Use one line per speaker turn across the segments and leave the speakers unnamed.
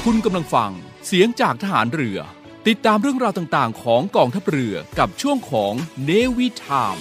คุณกำลังฟังเสียงจากทหารเรือติดตามเรื่องราวต่างๆของกองทัพเรือกับช่วงของ Navy Time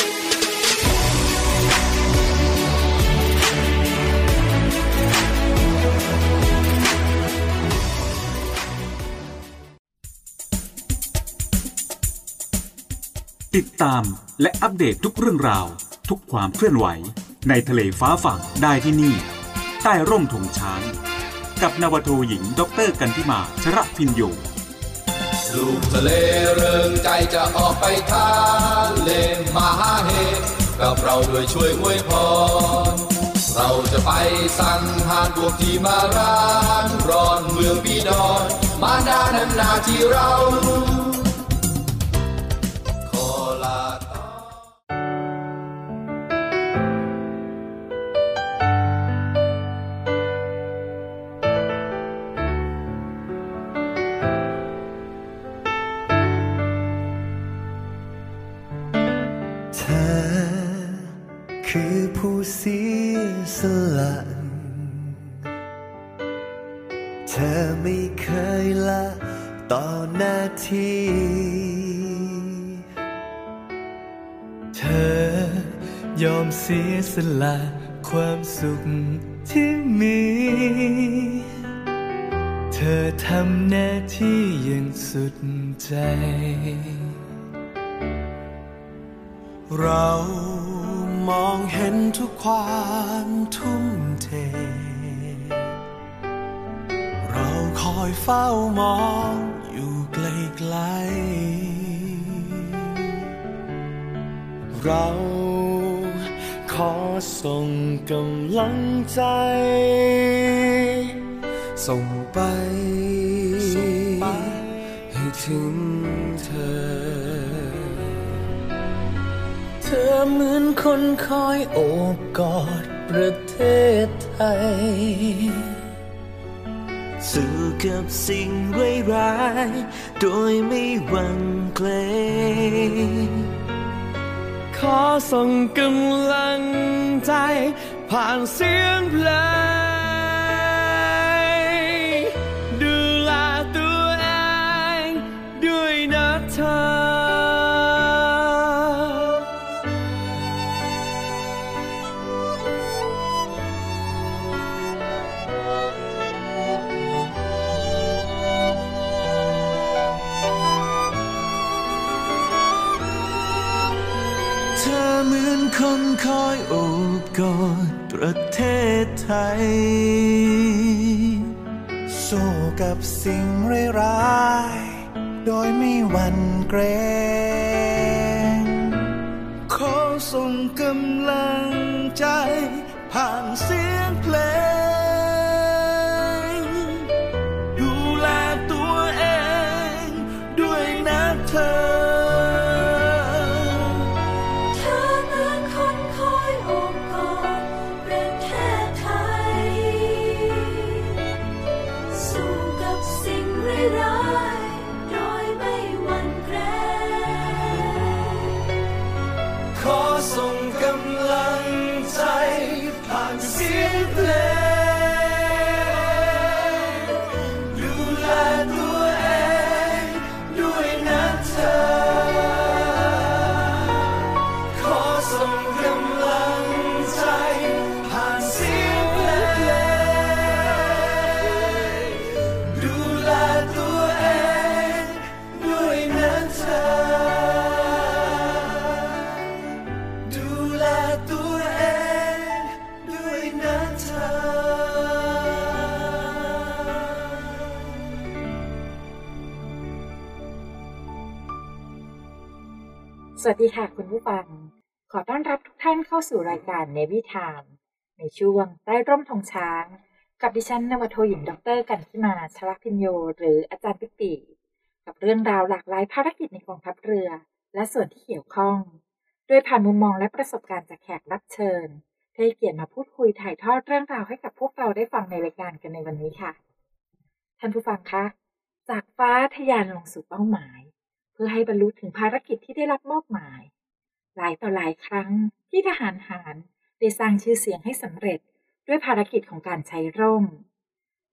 ติดตามและอัปเดตทุกเรื่องราวทุกความเคลื่อนไหวในทะเลฟ้าฝั่งได้ที่นี่ใต้ร่มธงช้างกับนาวาโทหญิงดร.กันธิมาชรพินโย
ลูกทะเลเริงใจจะออกไปทะเลมหาเหตุกับเราด้วยช่วยอวยพรเราจะไปสั่งหาพวกที่มาร้านร้อนเมืองบีดอนมาดานันนาที่เรา
คือผู้เสียสละเธอไม่เคยละต่อหน้าที่เธอยอมเสียสละความสุขที่มีเธอทำหน้าที่อย่างสุดใจเรามองเห็นทุกความทุ่มเทเราคอยเฝ้ามองอยู่ไกลๆเราขอส่งกำลังใจส่งไปให้ถึงเธอเธอเหมือนคนคอยโอบกอดประเทศไทยสู้กับสิ่งร้ายๆโดยไม่หวั่นเกรงขอส่งกำลังใจผ่านเสียงเพลงดูแลตัวเองด้วยนะเธอเหมือนคนคอยโอบกอดประเทศไทยสู้กับสิ่งร้ายๆโดยไม่หวั่นเกรงขอส่งกำลังใจผ่านเสียงเพลงดูแลตัวเองด้วยนะเธอส่งกำลังใจผ่านเสียงเพลงดูแลตัวเองด้วยนะเธอขอส่งกำลังใจผ่านเสียงเพลงดูแลตัวเองด้วยนะเธอ
สวัสดีค่ะคุณผู้ฟังขอต้อนรับทุกท่านเข้าสู่รายการ Navy Time ในช่วงใต้ร่มธงช้างกับดิฉันนาวาโทหญิงดร.กันธิมาชรพินโยหรืออาจารย์ปิ๊กปิกับเรื่องราวหลากหลายภารกิจในกองทัพเรือและส่วนที่เกี่ยวข้องโดยผ่านมุมมองและประสบการณ์จากแขกรับเชิญที่ให้เกียรติมาพูดคุยถ่ายทอดเรื่องราวให้กับพวกเราได้ฟังในรายการกันในวันนี้ค่ะท่านผู้ฟังคะจากฟ้าทะยานลงสู่เป้าหมายเพื่อให้บรรลุถึงภารกิจที่ได้รับมอบหมายหลายต่อหลายครั้งที่ทหารหารได้สร้างชื่อเสียงให้สำเร็จด้วยภารกิจของการใช้ร่มแ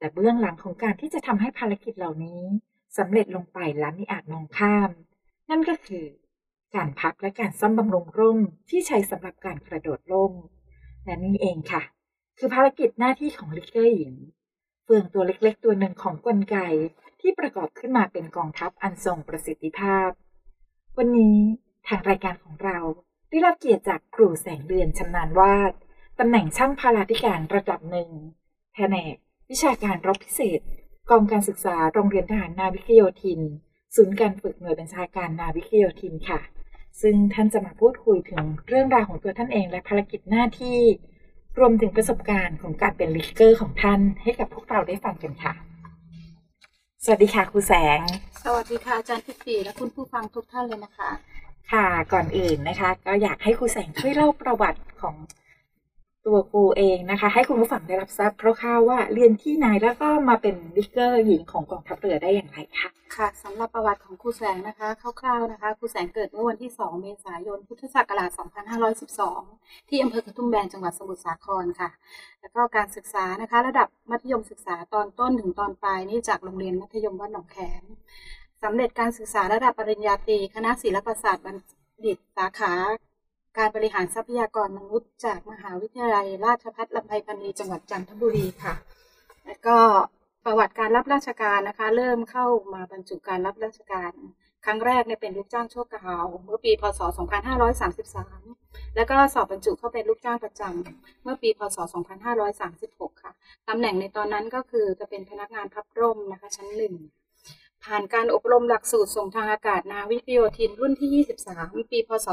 แต่เบื้องหลังของการที่จะทำให้ภารกิจเหล่านี้สำเร็จลงไปและมิอาจมองข้ามนั่นก็คือการพักและการซ่อมบำรุงร่มที่ใช้สำหรับการกระโดดร่มและนี่เองค่ะคือภารกิจหน้าที่ของลิกเกอร์หญิงเฟืองตัวเล็กๆตัวหนึ่งของกลไกที่ประกอบขึ้นมาเป็นกองทัพอันทรงประสิทธิภาพวันนี้ทางรายการของเราได้รับเกียรติจากครูแสงเดือนชำนาญวาดตำแหน่งช่างพาราธิการระดับหนึ่งแผนกวิชาการรบพิเศษกองการศึกษาโรงเรียนทหารนาวิกโยธินศูนย์การฝึกหน่วยบัญชาการนาวิกโยธินค่ะซึ่งท่านจะมาพูดคุยถึงเรื่องราวของตัวท่านเองและภารกิจหน้าที่รวมถึงประสบการณ์ของการเป็นลิกเกอร์ของท่านให้กับพวกเราได้ฟังกันค่ะสวัสดีค่ะครูแสง
สวัสดีค่ะอาจารย์พิปีและคุณผู้ฟังทุกท่านเลยนะคะ
ค่ะก่อนอื่นนะคะก็อยากให้ครูแสงช่วยเล่าประวัติของตัวครูเองนะคะให้คุณผู้ฟังได้รับทราบคร่าวๆว่าเรียนที่ไหนแล้วก็มาเป็นลิกเกอร์หญิงของกองทัพเรือได้อย่างไรคะ
ค่ะสำหรับประวัติของครูแสงนะคะคร่าวๆนะคะครูแสงเกิดเมื่อวันที่2เมษายนพุทธศักราช2512ที่อำเภอกระทุ่มแบนจังหวัดสมุทรสาครค่ะแล้วก็การศึกษานะคะระดับมัธยมศึกษาตอนต้นถึงตอนปลายนี่จากโรงเรียนมัธยมวัดหนองแขมสำเร็จการศึกษาระดับปริญญาตรีคณะศิลปศาสตร์บัณฑิตสาขาการบริหารทรัพยากรมนุษย์จากมหาวิทยาลัยราชภัฏลำไพพรรณีจังหวัดจันทบุรีค่ะแล้วก็ประวัติการรับราชการนะคะเริ่มเข้ามาบรรจุการรับราชการครั้งแรกเนี่ยเป็นลูกจ้างชั่วคราวเมื่อปีพ.ศ. 2533แล้วก็สอบบรรจุเข้าเป็นลูกจ้างประจำเมื่อปีพ.ศ. 2536ค่ะตำแหน่งในตอนนั้นก็คือจะเป็นพนักงานพับร่มนะคะชั้น1ผ่านการอบรมหลักสูตรส่งทางอากาศนาวิกโยธินรุ่นที่23ปีพ.ศ.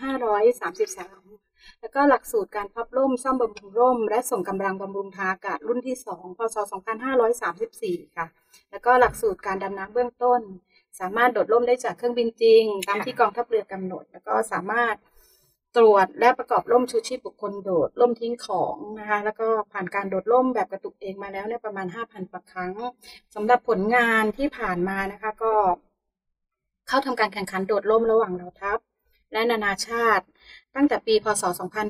2533แล้วก็หลักสูตรการพับร่มซ่อมบำรุงร่มและส่งกำลังบำรุงทางอากาศรุ่นที่2พ.ศ. 2534ค่ะแล้วก็หลักสูตรการดำน้ำเบื้องต้นสามารถโดดร่มได้จากเครื่องบินจริงตามที่กองทัพเรือกำหนดแล้วก็สามารถตรวจและประกอบร่มชูชีพบุคคลโดดร่มทิ้งของนะคะแล้วก็ผ่านการโดดร่มแบบกระตุกเองมาแล้วเนี่ยประมาณ 5,000 ครั้งสำหรับผลงานที่ผ่านมานะคะก็เข้าทำการแข่งขันโดดร่มระหว่างเหล่าทัพและนานาชาติตั้งแต่ปีพ.ศ.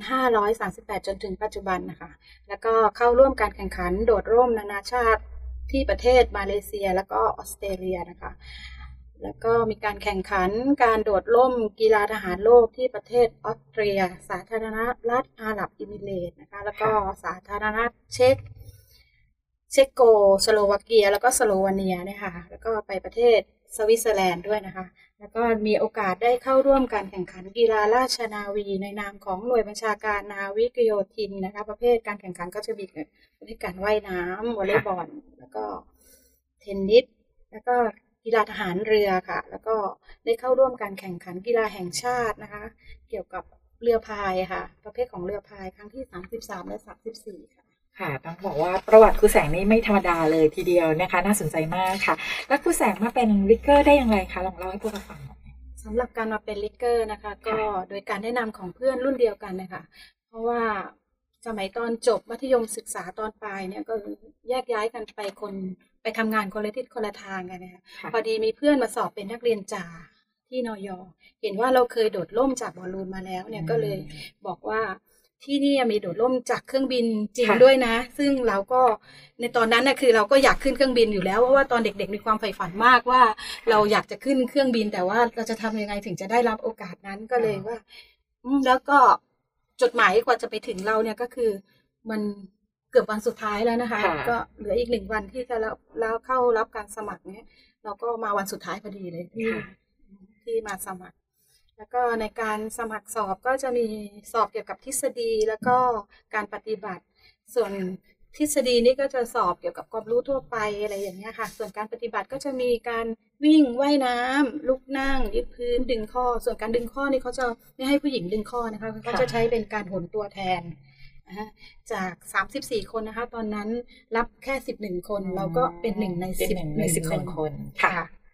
2538จนถึงปัจจุบันนะคะแล้วก็เข้าร่วมการแข่งขันโดดร่มนานาชาติที่ประเทศมาเลเซียแล้วก็ออสเตรเลียนะคะแล้วก็มีการแข่งขันการโดดร่มกีฬาทหารโลกที่ประเทศออสเตรียสาธารณรัฐอาหรับเอมิเรตส์นะคะแล้วก็สาธารณรัฐเช็กโกสโลวาเกียแล้วก็สโลวาเนียเนี่ยค่ะแล้วก็ไปประเทศสวิตเซอร์แลนด์ด้วยนะคะแล้วก็มีโอกาสได้เข้าร่วมการแข่งขันกีฬาราชนาวีในนามของหน่วยบัญชาการนาวิกโยธินนะคะประเภทการแข่งขันก็จะมีประเภทการว่ายน้ำวอลเลย์บอลแล้วก็เทนนิสแล้วก็กีฬาทหารเรือค่ะแล้วก็ได้เข้าร่วมการแข่งขันกีฬาแห่งชาตินะคะเกี่ยวกับเรือพายค่ะประเภทของเรือพายครั้งที่33และ34ค่ะ
ค่ะต้องบอกว่าประวัติครูแสงนี่ไม่ธรรมดาเลยทีเดียวนะคะน่าสนใจมากค่ะแล้วครูแสงมาเป็นลิกเกอร์ได้อย่างไรคะลองเล่าให้พวกเราฟังหน่อย
สำหรับการมาเป็นลิกเกอร์นะคะก็โดยการแนะนำของเพื่อนรุ่นเดียวกันนะคะเพราะว่าสมัยตอนจบมัธยมศึกษาตอนปลายเนี่ยก็แยกย้ายกันไปทำงานคนละทิศคนละทางกันนะคะพอดีมีเพื่อนมาสอบเป็นนักเรียนจ่าที่นย.เห็นว่าเราเคยโดดร่มจากบอลลูนมาแล้วเนี่ยก็เลยบอกว่าที่นี่มีโดดร่มจากเครื่องบินจริงด้วยนะซึ่งเราก็ในตอนนั้นน่ะคือเราก็อยากขึ้นเครื่องบินอยู่แล้วเพราะว่าตอนเด็กๆมีความใฝ่ฝันมากว่าเราอยากจะขึ้นเครื่องบินแต่ว่าเราจะทำยังไงถึงจะได้รับโอกาสนั้นก็เลยว่าแล้วก็จดหมายกว่าจะไปถึงเราเนี่ยก็คือมันเกือบวันสุดท้ายแล้วนะคะก็เหลืออีก1 วันที่จะแล้วเข้ารับการสมัครเนี่ยเราก็มาวันสุดท้ายพอดีเลยที่มาสมัครแล้วก็ในการสมัครสอบก็จะมีสอบเกี่ยวกับทฤษฎีแล้วก็การปฏิบัติส่วนทฤษฎีนี่ก็จะสอบเกี่ยวกับความรู้ทั่วไปอะไรอย่างเงี้ยค่ะส่วนการปฏิบัติก็จะมีการวิ่งว่ายน้ำลุกนั่งยืดพื้นดึงข้อส่วนการดึงข้อนี่เขาจะไม่ให้ผู้หญิงดึงข้อนะคะเขาจะใช้เป็นการโหนตัวแทนจาก34 คนนะคะตอนนั้นรับแค่11 คนเราก็เป็น1 ใน 10 คน
ค่ะ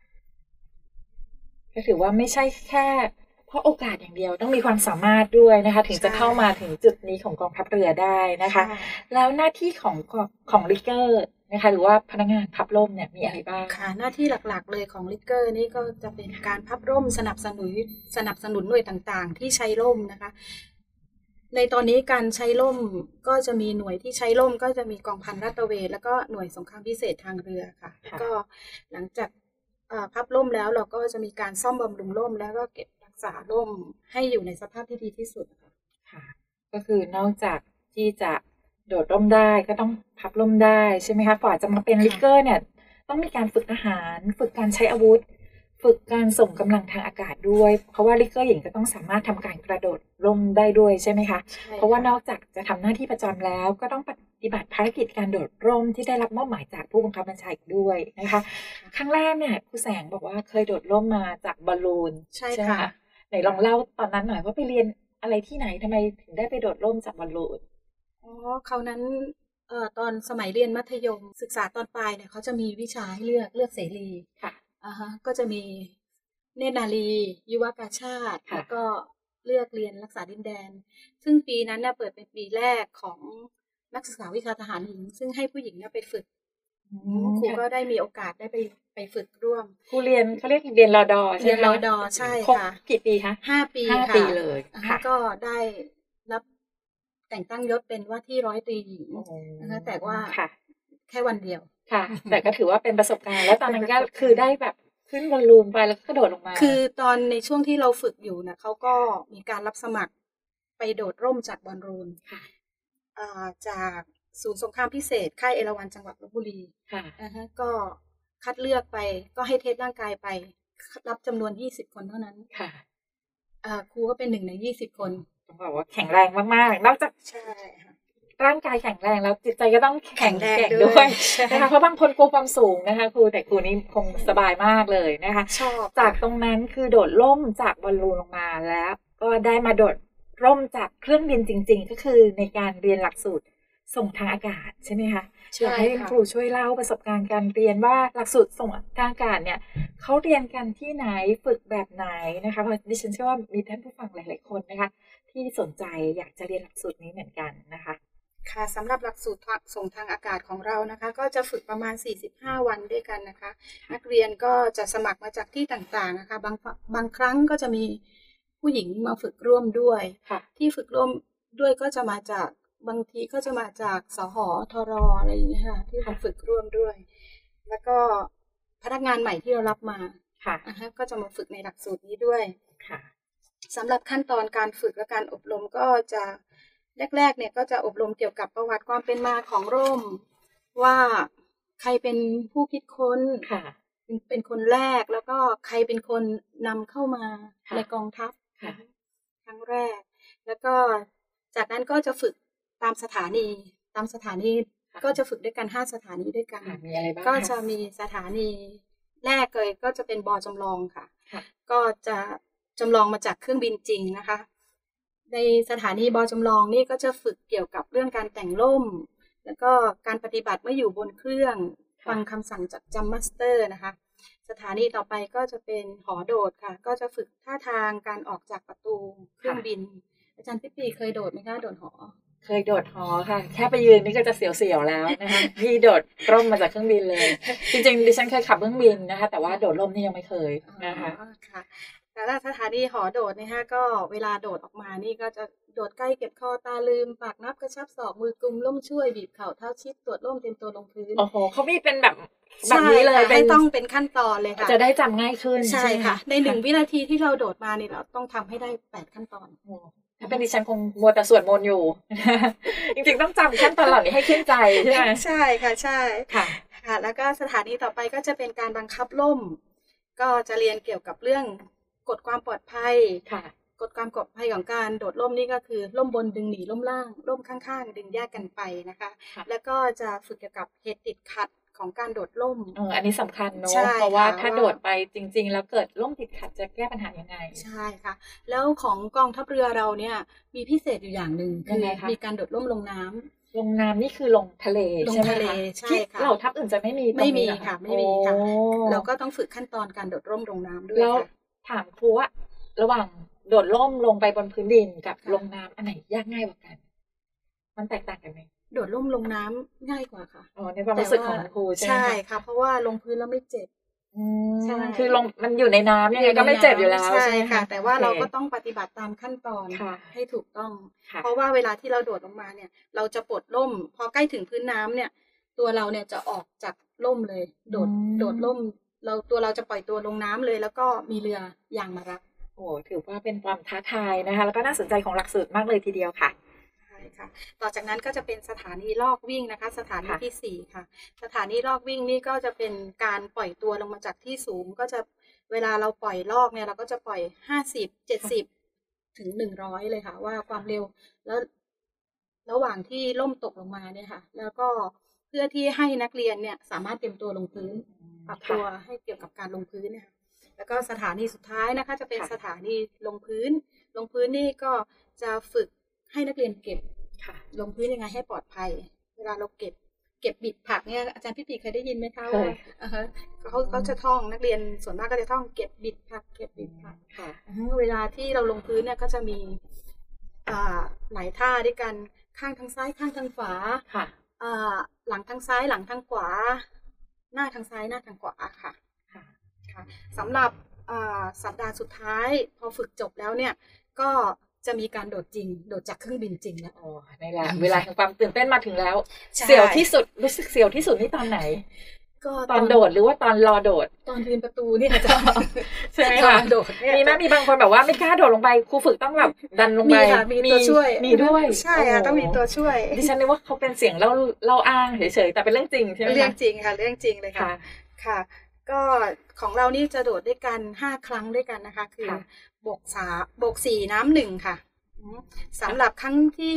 ก็ถือว่าไม่ใช่แค่เพราะโอกาสอย่างเดียวต้องมีความสามารถด้วยนะคะถึงจะเข้ามาถึงจุดนี้ของกองทัพเรือได้นะคะแล้วหน้าที่ของลิกเกอร์นะคะหรือว่าพนักงานพับร่มเนี่ยมีอะไรบ้าง
ค่ะหน้าที่หลักๆเลยของลิกเกอร์นี่ก็จะเป็นการพับร่มสนับสนุนหน่วยต่างๆที่ใช้ร่มนะคะในตอนนี้การใช้ร่มก็จะมีหน่วยที่ใช้ร่มก็จะมีกองพันลาดตระเวนแล้วก็หน่วยสงครามพิเศษทางเรือค่ะก็หลังจากพับร่มแล้วเราก็จะมีการซ่อมบำรุงร่มแล้วก็เก็บรักษาร่มให้อยู่ในสภาพที่ดีที่สุด
ค่ะก็คือนอกจากที่จะโดดร่มได้ก็ต้องพับร่มได้ใช่ไหมคะก่อนจะมาเป็นลิกเกอร์เนี่ยต้องมีการฝึกทหารฝึกการใช้อาวุธฝึกการส่งกำลังทางอากาศด้วยเพราะว่าลิกเกอร์หญิงก็ต้องสามารถทำการกระโดดร่มได้ด้วยใช่ไหมคะเพราะว่านอกจากจะทำหน้าที่ประจำแล้วก็ต้องปฏิบัติภารกิจการโดดร่มที่ได้รับมอบหมายจากผู้บังคับบัญชาอีกด้วยนะคะครั้งแรกเนี่ยครูแสงบอกว่าเคยโดดร่มมาจากบอลลูน
ใช่ค่ะ
ไหนลองเล่าตอนนั้นหน่อยว่าไปเรียนอะไรที่ไหนทำไมถึงได้ไปโดดร่มจากบอลลูน
คราวนั้นตอนสมัยเรียนมัธยมศึกษาตอนปลายเนี่ยเขาจะมีวิชาให้เลือกเสรี
ค่ะ
ก็จะมีเนตรนารียุวกาชาติแล้วก็เลือกเรียนรักษาดินแดนซึ่งปีนั้นเนี่ยเปิดเป็นปีแรกของนักศึกษาวิชาทหารหญิงซึ่งให้ผู้หญิงเนี่ยไปฝึกครูก็ได้มีโอกาสได้ไปฝึกร่วม
ครูเรียนเขาเรียกเรียนรดใช่ไหม
เรียนรดใช่ค่ะ
กี่ปีคะ
5 ปี
5 ปีเลย
ก็ได้รับแต่งตั้งยศเป็นว่าที่ร้อยตรีหญิงนะคะแต่ว่าแค่วันเดียว
ค่ะแต่ก็ถือว่าเป็นประสบการณ์แล้วตอนนั้นก็คือได้แบบขึ้นบอลลูนไปแล้วก็กระโดดลงมา
คือตอนในช่วงที่เราฝึกอยู่นะเขาก็มีการรับสมัครไปโดดร่มจากบอลลูนจากศูนย์สงครามพิเศษค่ายเอราวัณจังหวัดลพบุรีก็คัดเลือกไปก็ให้เทสร่างกายไปรับจำนวน20 คนเท่านั้น
ค่ะ
ครูก็เป็น1 ใน 20 คน
ต้องบอกว่าแข็งแรงมากๆนอกจาก
ใช่
ร่างกายแข็งแรงแล้วจิตใจก็ต้องแข็งแรงด้วยนะคะเพราะบางคนกลัวความสูงนะคะครูแต่ครูนี่คงสบายมากเลยนะคะจากตรงนั้นคือโดดร่มจากบอลลูนลงมาแล้วก็ได้มาโดดร่มจากเครื่องบินจริงๆก็คือในการเรียนหลักสูตรส่งทางอากาศใช่ไหมคะอยากให้ครูช่วยเล่าประสบการณ์การเรียนว่าหลักสูตรส่งทางอากาศเนี่ยเขาเรียนกันที่ไหนฝึกแบบไหนนะคะเพราะดิฉันเชื่อว่ามีท่านผู้ฟังหลายๆคนนะคะที่สนใจอยากจะเรียนหลักสูตรนี้เหมือนกันนะคะ
ค่ะสำหรับหลักสูตรส่งทางอากาศของเรานะคะก็จะฝึกประมาณ45 วันด้วยกันนะคะนักเรียนก็จะสมัครมาจากที่ต่างๆนะคะบางครั้งก็จะมีผู้หญิงมาฝึกร่วมด้วยที่ฝึกร่วมด้วยก็จะมาจากบางทีก็จะมาจากสหทรอะไรอย่างเงี้ยค่ะที่มาฝึกร่วมด้วยแล้วก็พนักงานใหม่ที่เรารับมานะคะก็จะมาฝึกในหลักสูตรนี้ด้วยสำหรับขั้นตอนการฝึกและการอบรมก็จะแรกๆเนี่ยก็จะอบรมเกี่ยวกับประวัติความเป็นมาของร่มว่าใครเป็นผู้คิดค้นเป็นคนแรกแล้วก็ใครเป็นคนนำเข้ามาในกองทัพครั้งแรกแล้วก็จากนั้นก็จะฝึกตามสถานีก็จะฝึกด้วยกัน5 สถานีด้วยกันก็จะมีสถานีแรกเลยก็จะเป็นบอจำลองค่ะก็จะจำลองมาจากเครื่องบินจริงนะคะในสถานีบอจำลองนี่ก็จะฝึกเกี่ยวกับเรื่องการแต่งร่มแล้วก็การปฏิบัติเมื่ออยู่บนเครื่องฟังคำสั่งจากจัมมัสเตอร์นะคะสถานีต่อไปก็จะเป็นหอโดดค่ะก็จะฝึกท่าทางการออกจากประตูเครื่องบินอาจารย์พี่ปีเคยโดดไหมคะโดดหอ
เคยโดดหอค่ะแค่ไปยืนนี่ก็จะเสียวๆแล้วนะคะพี่โดดร่มมาจากเครื่องบินเลยจริงๆดิฉันเคยขับเครื่องบินนะคะแต่ว่าโดดร่มนี่ยังไม่เคยนะคะ
แต่ละสถานีหอโดดนะคะก็เวลาโดดออกมานี่ก็จะโดดใกล้เก็บคอตาลืมปากนับกระชับศอกมือกุมล่มช่วยบีบเข่าเท้าชิดตรวจร่มเต็มตัวลงพื้น
โอ้โหเขามีเป็นแบบนี้เลย
ไม่ต้องเป็นขั้นตอนเลยค่ะ
จะได้จำง่ายขึ้น
ใช่ค่ะใน1 วินาทีที่เราโดดมานี่เราต้องทำให้ได้8 ขั้นตอน
ถ้าเป็นดิฉันคงมัวแต่สวดมนต์อยู่จริงๆต้องจำขั้นตอนเหล่านี้ให้ขึ้นใจใช่ไหม
ใช่ค่ะใช่ค่ะแล้วก็สถานีต่อไปก็จะเป็นการบังคับร่มก็จะเรียนเกี่ยวกับเรื่องกฎความปลอดภัยกฎความปลอดภัยของการโดดร่มนี่ก็คือร่มบนดึงหนีร่มล่างร่มข้างๆดึงแยกกันไปนะคะแล้วก็จะฝึกเกี่ยวกับเหตุติดขัดของการโดดร่ม
อันนี้สำคัญเนอะเพราะว่าถ้าโดดไปจริงๆแล้วเกิดร่มติดขัดจะแก้ปัญหายังไง
ใช่ค่ะแล้วของกองทัพเรือเราเนี่ยมีพิเศษอยู่อย่างหนึ่งคือมีการโดดร่มลงน้ำ
นี่คือลงทะเลใช่ไหมคะ
ใช่ค่ะ
เหล่าทัพอื่นจะไม่มี
ค่ะไม่มีค่ะเราก็ต้องฝึกขั้นตอนการโดดร่มลงน้ำด้วย
แล้วถามครูว่าระหว่างโดดร่มลงไปบนพื้นดินกับลงน้ำอันไหนยากง่ายกว่ากันมันแตกต่างกันไหม
โดดร่มลงน้ำง่ายกว่าค่ะ
ในความรู้สึกของครูใช่ไหม
ใช่ค่ะเพราะว่าลงพื้นแล้วไม่เจ็บใช่
คือลงมันอยู่ในน้ำยังไงก็ไม่เจ็บอยู่แล้วใช่ไหม
ค่ะ
คะ
แต่ว่าเราก็ต้องปฏิบัติตามขั้นตอน
ค่ะ
ให้ถูกต้อง
ค่ะ
เพราะว่าเวลาที่เราโดดลงมาเนี่ย เราจะปลดร่มพอใกล้ถึงพื้นน้ำเนี่ย ตัวเราเนี่ยจะออกจากร่มเลย โดดร่มตัวเราจะปล่อยตัวลงน้ำเลย แล้วก็มีเรือยางมารับ
โอ้ถือว่าเป็นความท้าทายนะคะ แล้วก็น่าสนใจของหลักสูตรมากเลยทีเดียวค่ะ
ใช่ค่ะ ต่อจากนั้นก็จะเป็นสถานีลอกวิ่งนะคะ สถานีที่4ค่ะสถานีลอกวิ่งนี่ก็จะเป็นการปล่อยตัวลงมาจากที่สูงก็จะเวลาเราปล่อยลอกเนี่ยเราก็จะปล่อย50 70ถึง100เลยค่ะว่าความเร็วแล้วระหว่างที่ล่มตกลงมาเนี่ยค่ะแล้วก็เพื่อที่ให้นักเรียนเนี่ยสามารถเตรียมตัวลงพื้นปรับตัวให้เกี่ยวกับการลงพื้นเนี่ยแล้วก็สถานีสุดท้ายนะคะจะเป็นสถานีลงพื้นนี่ก็จะฝึกให้นักเรียนเก็บลงพื้นยังไงให้ปลอดภัยเวลาเราเก็บบิดผักเนี่ยอาจารย์พี่ปีเคยได้ยินไหมคะว่าเขาจะท่องนักเรียนส่วนมากก็จะท่องเก็บบิดผักค่ะเวลาที่เราลงพื้นเนี่ยก็จะมีหลายท่าด้วยกันข้างทางซ้ายข้างทางขวาหลังทางซ้ายหลังทางขวาหน้าทางซ้ายหน้าทางขวาค่ะสำหรับสัปดาห์สุดท้ายพอฝึกจบแล้วเนี่ยก็จะมีการโดดจริงโดดจากเครื่องบินจริงแล้ว
นี่แหละเวลาแห่งความตื่นเต้นมาถึงแล้วเสียวที่สุดรู้สึกเสียวที่สุดนี่ตอนไหนก็ตอนโดดหรือว่าตอนรอโดด
ตอนยืนประตูนี่อาจารย์
ใช่ไหมคะโดดมีบางคนแบบว่าไม่กล้าโดดลงไปครูฝึกต้องแบบดันลงไป
มีตัวช่วย
มีด้วย
ใช่ค่ะต้องมีตัวช่วย
ดิฉันนึกว่าเขาเป็นเสียงเล่าอ้างเฉยๆแต่เป็นเรื่องจริงใช่ไหมคะ
เรื่องจริงค่ะเรื่องจริงเลยค่ะก็ของเรานี่จะโดดด้วยกัน5ครั้งด้วยกันนะคะคือบก4น้ำ1ค่ะสำหรับครั้งที่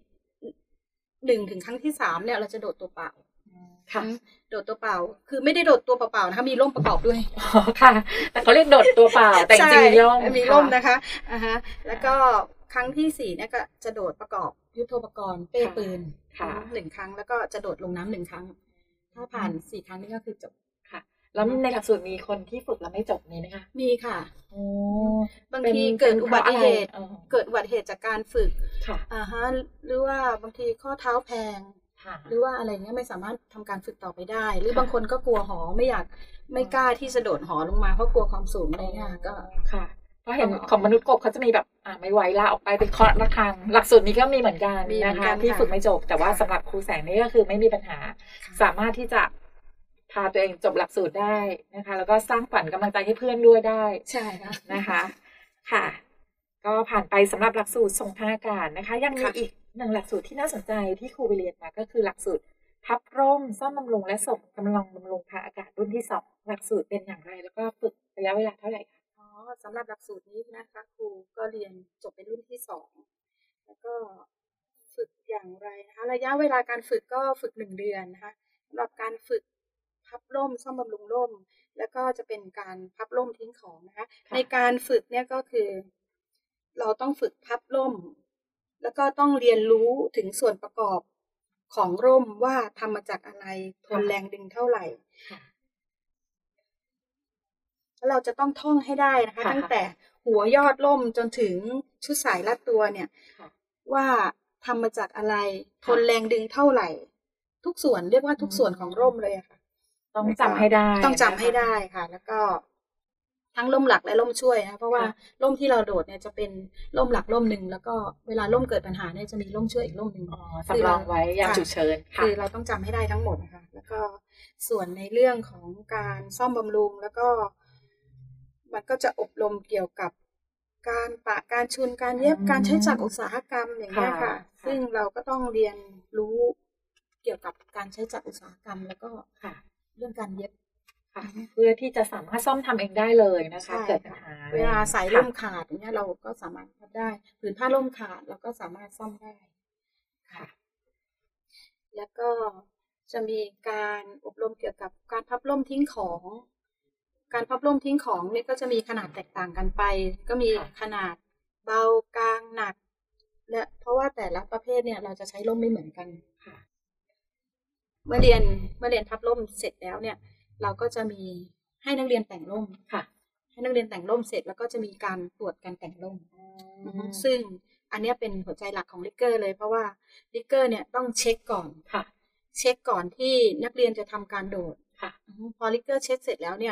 1ถึงครั้งที่3เนี่ยเราจะโดดตัวเปล่าค่ะโดดตัวเปล่าคือไม่ได้โดดตัวเปล่านะคะมีร่มประกอบด้วย
ค่ะแต่เขาเรียกโดดตัวเปล่าแต่จริงๆ
มีร่มนะคะแล้วก็ครั้งที่4เนี่ยก็จะโดดประกอบยุทโธปกรณ์เป้ปืน1ครั้งแล้วก็จะโดดลงน้ำ1ครั้งถ้าผ่าน4ครั้งนี่ก็คือจ
แล้วในหลักสูตรมีคนที่ฝึกแล้วไม่จบมีไหมคะ
มีค่ะบางทีเกิดอุบัติเหตุจากการฝึกหรือว่าบางทีข้อเท้าแพงหรือว่าอะไรเงี้ยไม่สามารถทำการฝึกต่อไปได้หรือบางคนก็กลัวหอไม่กล้าที่จะโดดหอลงมาเพราะกลัวความสูงอะไรเงี้ยก็
ค่ะเพราะเห็นของมนุษย์กบเขาจะมีแบบไม่ไหวลาออกไปเป็นเคาะระฆังหลักสูตรนี้ก็มีเหมือนกันนะคะที่ฝึกไม่จบแต่ว่าสำหรับครูแสงนี่ก็คือไม่มีปัญหาสามารถที่จะพาตัวเองจบหลักสูตรได้นะคะแล้วก็สร้างฝันกำลังใจให้เพื่อนด้วยได้
ใช่ค่ะ
นะคะค่ะก็ผ่านไปสำหรับหลักสูตรส่งทางอากาศนะคะยังมีอีก1หลักสูตรที่น่าสนใจที่ครูไปเรียนมาก็คือหลักสูตรพับร่มซ่อมบำรุงและส่งกำลังบำรุงทางอากาศรุ่นที่2หลักสูตรเป็นอย่างไรแล้วก็ฝึกระยะเวลาเท่าไหร่คะ
สำหรับหลักสูตรนี้นะคะครูก็เรียนจบเป็นรุ่นที่2แล้วก็ฝึกอย่างไรนะคะระยะเวลาการฝึกก็ฝึก1เดือนนะคะสำหรับการฝึกพับร่มซ่อมบำรุงร่มแล้วก็จะเป็นการพับร่มทิ้งของนะคะในการฝึกเนี่ยก็คือเราต้องฝึกพับร่มแล้วก็ต้องเรียนรู้ถึงส่วนประกอบของร่มว่าทำมาจากอะไรทนแรงดึงเท่าไหร่แล้วเราจะต้องท่องให้ได้นะคะตั้งแต่หัวยอดร่มจนถึงชุดสายรัดตัวเนี่ยว่าทำมาจากอะไรทนแรงดึงเท่าไหร่ทุกส่วนเรียกว่าทุกส่วนของร่มเลยค่ะ
ต้องจำให้ได้
ค่ะแล้วก็ทั้งร่มหลักและร่มช่วยนะเพราะว่าร่มที่เราโดดเนี่ยจะเป็นร่มหลักร่มหนึ่งแล้วก็เวลาร่มเกิดปัญหาเนี่ยจะมีร่มช่วยอีกร่มหนึ่ง
สำรองไว้ยามฉุกเฉิน
คือเราต้องจำให้ได้ทั้งหมดนะคะแล้วก็ส่วนในเรื่องของการซ่อมบำรุงแล้วก็มันก็จะอบรมเกี่ยวกับการปะการชุนการเย็บการใช้จักรอุตสาหกรรมอย่างนี้ค่ะซึ่งเราก็ต้องเรียนรู้เกี่ยวกับการใช้จักรอุตสาหกรรมแล้วก็เรื่องการเย็บ
เพื่อที่จะสามารถซ่อมทำเองได้เลยนะคะเกิดปัญหา
เวลาสายร่มขาดเนี่ยเราก็สามารถทำได้ผืนผ้าร่มขาดเราก็สามารถซ่อมได้ค่ะแล้วก็จะมีการอบรมเกี่ยวกับการพับร่มทิ้งของการพับร่มทิ้งของเนี่ยก็จะมีขนาดแตกต่างกันไปก็มีขนาดเบากลางหนักและเพราะว่าแต่ละประเภทเนี่ยเราจะใช้ร่มไม่เหมือนกันค่ะเมื่อเรียนพับร่มเสร็จแล้วเนี่ยเราก็จะมีให้นักเรียนแต่งร่มค่ะให้นักเรียนแต่งร่มเสร็จแล้วก็จะมีการตรวจการแต่งร่มซึ่งอันนี้เป็นหัวใจหลักของริกเกอร์เลยเพราะว่าริกเกอร์เนี่ยต้องเช็คก่อนค่ะเช็คก่อนที่นักเรียนจะทำการโดดค่ะพอริกเกอร์เช็คเสร็จแล้วเนี่ย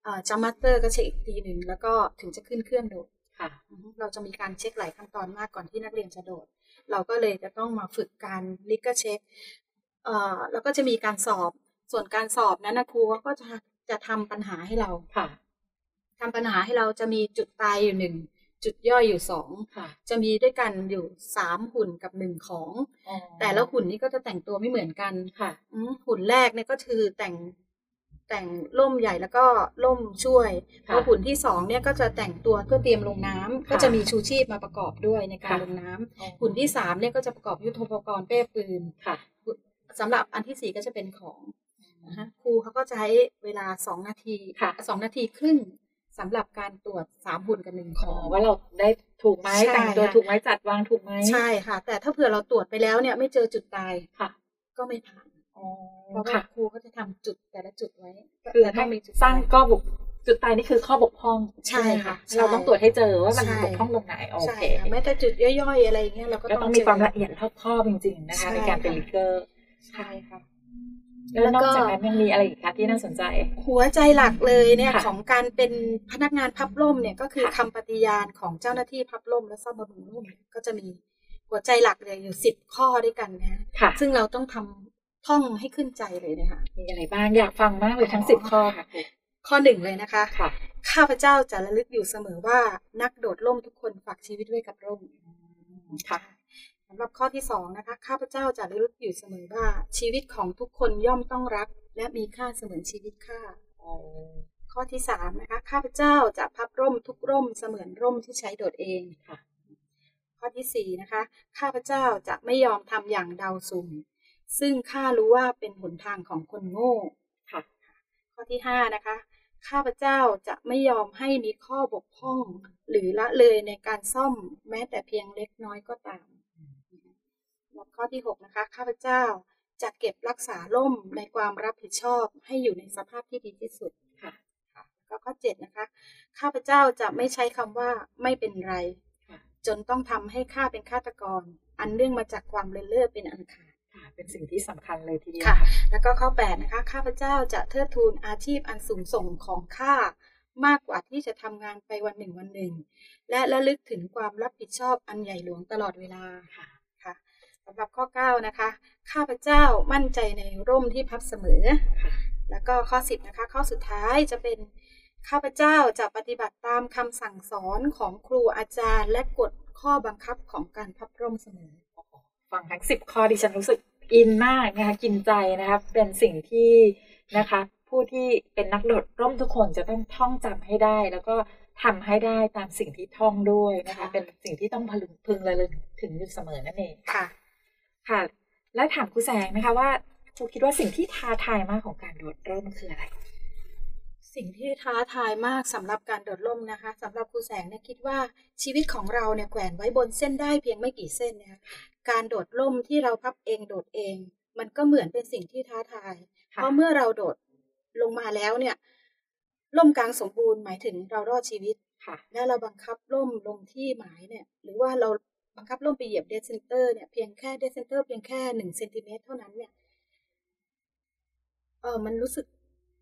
จัมป์มาสเตอร์ก็เช็คอีกทีหนึ่งแล้วก็ถึงจะขึ้นเครื่องโดด
ค่ะ
เราจะมีการเช็คหลายขั้นตอนมากก่อนที่นักเรียนจะโดดเราก็เลยจะต้องมาฝึกการลิกเกอร์เช็คแล้วก็จะมีการสอบส่วนการสอบนั้นนะครูก็จะทำปัญหาให้เรา
ค่ะ
ทำปัญหาให้เราจะมีจุดตายอยู่1จุดย่อยอยู่2จะมีด้วยกันอยู่3หุ่นกับ1ของแต่ละหุ่นนี้ก็จะแต่งตัวไม่เหมือนกัน
ค่ะ
หุ่นแรกเนี่ยก็คือแต่งร่มใหญ่แล้วก็ร่มช่วยพอหุ่นที่2เนี่ยก็จะแต่งตัวเพื่อเตรียมลงน้ำก็จะมีชูชีพมาประกอบด้วยในการลงน้ำหุ่นที่3เนี่ยก็จะประกอบยุทโธปกรณ์เป้ปืนสำหรับอันที่4ก็จะเป็นของครูเขาก็จะใช้เวลา2นาที2นาทีครึ่งสำหรับการตรวจ3หุ่นกับ1ของ
ว่าเราได้ถูกไหมแต่งตัวถูกไหมจัดวางถูกไหม
ใช่ค่ะแต่ถ้าเผื่อเราตรวจไปแล้วเนี่ยไม่เจอจุดตายก็ไม่ผ่านเพราะว่าครูก็จะทำจุดแต่ละจุดไว้
คือต้องมีสร้างก็จุดตายนี่คือข้อบกพร่อง
ใช่ค่ะ
เราต้องตรวจให้เจอว่ามันบกพร่องตรงไหนโอเค
แม้แต่จุดย่อยๆอะไรเงี้ยเราก็
ต้องมีความละเอียดรอบคอบจริงๆนะคะในการเป็นลิกเกอร์
ใช่ค่ะ
แล้วนอกจากนั้นยังมีอะไรอีกคะที่น่าสนใจ
หัวใจหลักเลยเนี่ยของการเป็นพนักงานพับร่มเนี่ยก็คือคำปฏิญาณของเจ้าหน้าที่พับร่มและซ่อมบำรุงร่มก็จะมีหัวใจหลักเลยอยู่10ข้อด้วยกันนะซึ่งเราต้องท่องให้ขึ้นใจเลยนะคะ
มีอะไรบ้างอยากฟังมากเลยทั้ง10ข้อค่ะ
ข้อ1เลยนะคะข้าพเจ้าจะระลึกอยู่เสมอว่านักโดดร่มทุกคนฝากชีวิตไว้กับร่ม
ค่ะ
สำหรับข้อที่2นะคะข้าพเจ้าจะระลึกอยู่เสมอว่าชีวิตของทุกคนย่อมต้องรักและมีค่าเสมือนชีวิตข้าข้อที่3นะคะข้าพเจ้าจะพับร่มทุกร่มเสมือนร่มที่ใช้โดดเองข้อที่4นะคะข้าพเจ้าจะไม่ยอมทำอย่างเดาสุ่มซึ่งข้ารู้ว่าเป็นหนทางของคนโง่ข้อที่5นะคะข้าพเจ้าจะไม่ยอมให้มีข้อบกพร่องหรือละเลยในการซ่อมแม้แต่เพียงเล็กน้อยก็ตามข้อที่6นะคะข้าพเจ้าจะเก็บรักษาร่มในความรับผิดชอบให้อยู่ในสภาพที่ดีที่สุดค่ะแล้วข้อ7นะคะข้าพเจ้าจะไม่ใช้คำว่าไม่เป็นไรจนต้องทำให้ข้าเป็นฆาตกรอันเนื่องมาจากความเลินเล่อเป็นอันขาด
เป็นสิ่งที่สำคัญเลยทีเดียว
ค่ะแล้วก็ข้อ8นะคะข้าพเจ้าจะเทิดทูนอาชีพอันสูงส่งของข้ามากกว่าที่จะทำงานไปวันหนึ่งและระลึกถึงความรับผิดชอบอันใหญ่หลวงตลอดเวลาค่ะสำหรับข้อ9นะคะข้าพเจ้ามั่นใจในร่มที่พับเสมอแล้วก็ข้อ10นะคะข้อสุดท้ายจะเป็นข้าพเจ้าจะปฏิบัติตามคำสั่งสอนของครูอาจารย์และกฎข้อบังคับของการพับร่มเสมอ
ฟังทั้ง10ข้อดิฉันรู้สึกอินมากนะคะกินใจนะคะเป็นสิ่งที่นะคะผู้ที่เป็นนักโดดร่มทุกคนจะต้องท่องจำให้ได้แล้วก็ทำให้ได้ตามสิ่งที่ท่องด้วยนะคะเป็นสิ่งที่ต้องพึงระลึกถึงอยู่เสมอนั่นเองค่ะและถามครูแสงนะคะว่าครูคิดว่าสิ่งที่ท้าทายมากของการโดดร่มคืออะไร
สิ่งที่ท้าทายมากสำหรับการโดดร่มนะคะสำหรับครูแสงเนี่ยคิดว่าชีวิตของเราเนี่ยแขวนไว้บนเส้นได้เพียงไม่กี่เส้นนะคะการโดดร่มที่เราพับเองโดดเองมันก็เหมือนเป็นสิ่งที่ท้าทายเพราะเมื่อเราโดดลงมาแล้วเนี่ยร่มกลางสมบูรณ์หมายถึงเรารอดชีวิตและเราบังคับร่มลงที่หมายเนี่ยหรือว่าเราบังคับร่มไปเหยียบเดดเซนเตอร์เนี่ยเพียงแค่เดดเซนเตอร์เพียงแค่1 เซนติเมตรเท่านั้นเนี่ยมันรู้สึก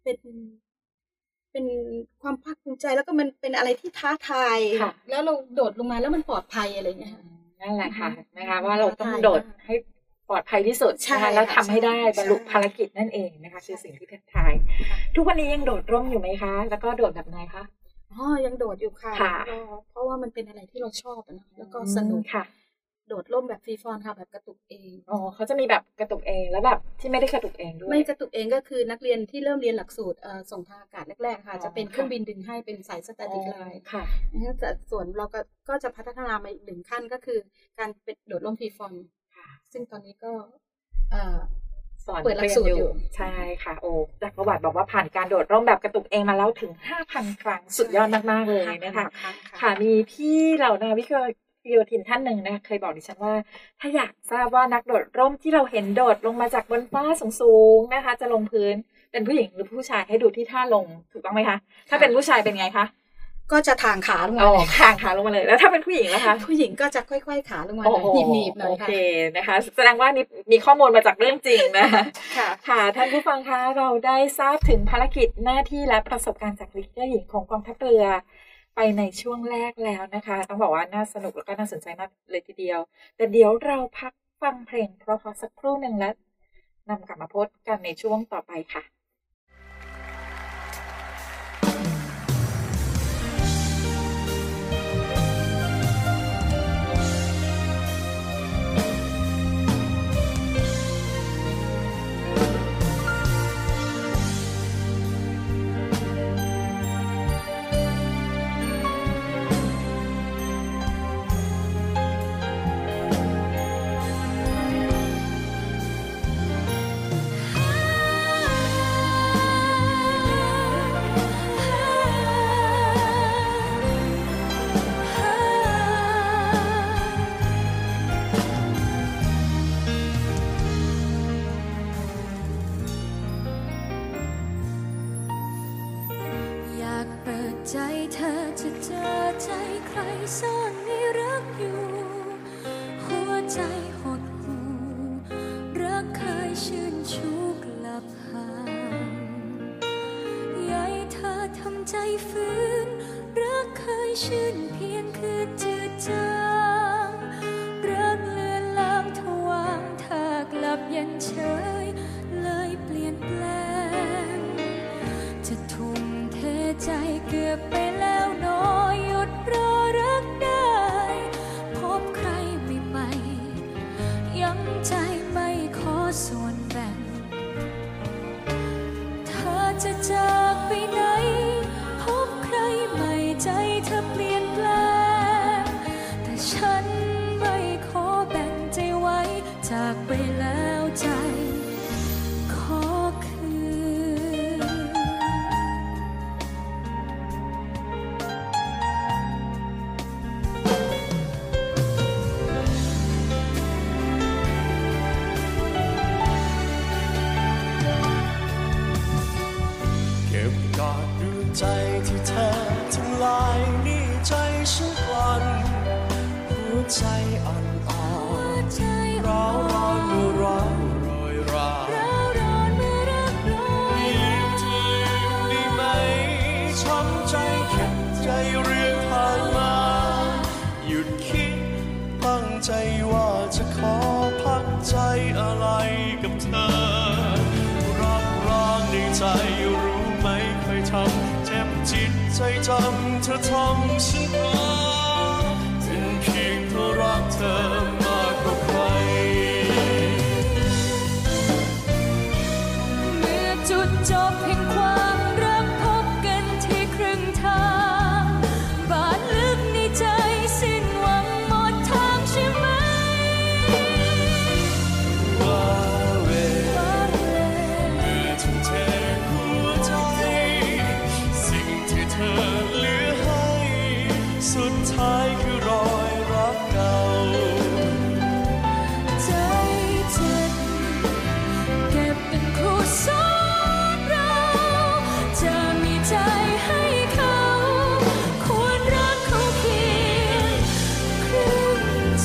เป็นความภาคภูมิใจแล้วก็มันเป็นอะไรที่ท้าทายแล้วเราโดดลงมาแล้วมันปลอดภัยอะไรเงี้ย
นั่นแหละค่ะนะคะว่าเราต้องโดดให้ปลอดภัยที่สุดนะคะแล้วทำให้ได้บรรลุภารกิจนั่นเองนะคะคือสิ่งที่ท้าทายทุกวันนี้ยังโดดร่มอยู่ไหมคะแล้วก็โดดแบบไหนคะ
ยังโดดอยู่ค่ะเพราะว่ามันเป็นอะไรที่เราชอบนะแล้วก็สนุกค่ะโดดร่มแบบฟรีฟอร์มค่ะแบบกระตุกเอง
เขาจะมีแบบกระตุกเองแล้วแบบที่ไม่ได้กระตุกเองด้วย
ไม่กระตุกเองก็คือนักเรียนที่เริ่มเรียนหลักสูตรส่งทางอากาศแรกๆค่ะจะเป็นเครื่องบินดึงให้เป็นสายสแตติกไลน์
ค่ะ
แต่ส่วนเราก็จะพัฒนามาอีก1ขั้นก็คือการเป็นโดดร่มฟรีฟอร์มซึ่งตอนนี้ก็เปิดหลักสูตรอยู่
ใช่ค่ะจากประวัติบอกว่าผ่านการโดดร่มแบบกระตุกเองมาแล้วถึง 5,000 ครั้งสุดยอดมากๆเลยนะคะค่ะมีพี่เหล่านาวิกโยธินท่านหนึ่งนะเคยบอกดิฉันว่าถ้าอยากทราบว่านักโดดร่มที่เราเห็นโดดลงมาจากบนฟ้าสูงๆนะคะจะลงพื้นเป็นผู้หญิงหรือผู้ชายให้ดูที่ท่าลงถูกต้องไหมคะถ้าเป็นผู้ชายเป็นไงคะ
ก็จะทางขาลงมาเลย
ทางขาลงมาเลยแล้วถ้าเป็นผู้หญิงล่ะคะ
ผู้หญิงก็จะค่อยๆขาลงมาหนีบๆหน่อยค่ะโอเค
นะคะแสดงว่านี่มีข้อมูลมาจากเรื่องจริงนะค่ะท่านผู้ฟังคะเราได้ทราบถึงภารกิจหน้าที่และประสบการณ์จากลีดเดอร์หญิงของกองทัพเรือไปในช่วงแรกแล้วนะคะต้องบอกว่าน่าสนุกแล้วก็น่าสนใจมากเลยทีเดียวแต่เดี๋ยวเราพักฟังเพลงเพราะสักครู่นึงแล้วนำกลับมาพบกันในช่วงต่อไปค่ะ
ใจเธอจะเจอใจใครซ่อนในรักอยู่หัวใจหดหู่รักเคยชื่นชูกลับห่างยายเธอทำใจฟื้นรักเคยชื่นเพียงคือจืดจางรักเลือนลางทวางเธอกลับยันเฉยเลยเปลี่ยนแปลงจะทุ่มเทใจเกือบไปแล้วน้อยหยุดรอรักได้พบใครใหม่ๆยังใจไม่ขอส่วนแบ่งเธอจะจากไปไหนพบใครใหม่ใจเธอเปลี่ยนแปลงแต่ฉันไม่ขอแบ่งใจไว้จากไปแล้วใจขอ
ใจที่เธอทำลายนี่ใจฉันกลั่นหัวใจอ่อนร้าวร้อนเมื่อรักโรยรายิ้มเธอได้ไหมช้ำใจเข็ดใจเรียกทางมาหยุดคิดตั้งใจว่าจะขอพักใจอะไรกับเธอรักร้างในใจรู้ไหมเคยทำจิตใจจำเธอทำฉันรักเป็นเพียงเพราะรักเธอมากกว่าใคร
เมื่อจุดจบแห่งความรักพบกันที่ครึ่งทางบาดลึกในใจสิ้นหวังหมดทางใช่ไหม
ว่าเวเมื่อทุ่มเทหัวใจเธอเหลือให้สุดท้ายคือรอยรักเก่า
ใจเจ็บเก็บเป็นคู่ซ้อนเราจะมีใจให้เขาควรรักเขาเพียงครึ่งใจ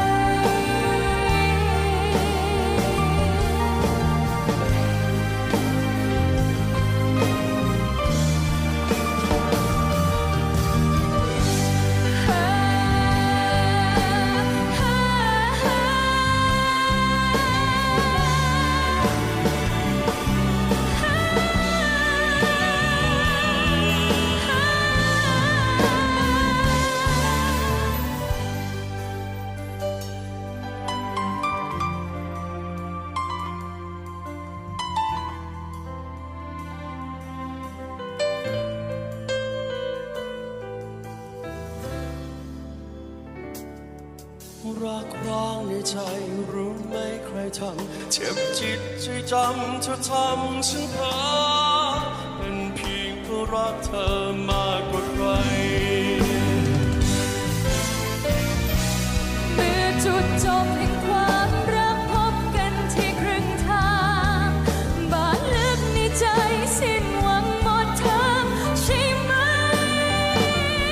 รักร้างในใจรู้ไหมใครทำเจ็บจิตใจจำเธอทำฉันเพ้อเป็นเพียงเพราะรักเธอมากกว่าใคร
เมื่อจุดจบแห่งความรักพบกันที่ครึ่งทางบาดลึกในใจสิ้นหวังหมดทางใช่ไหม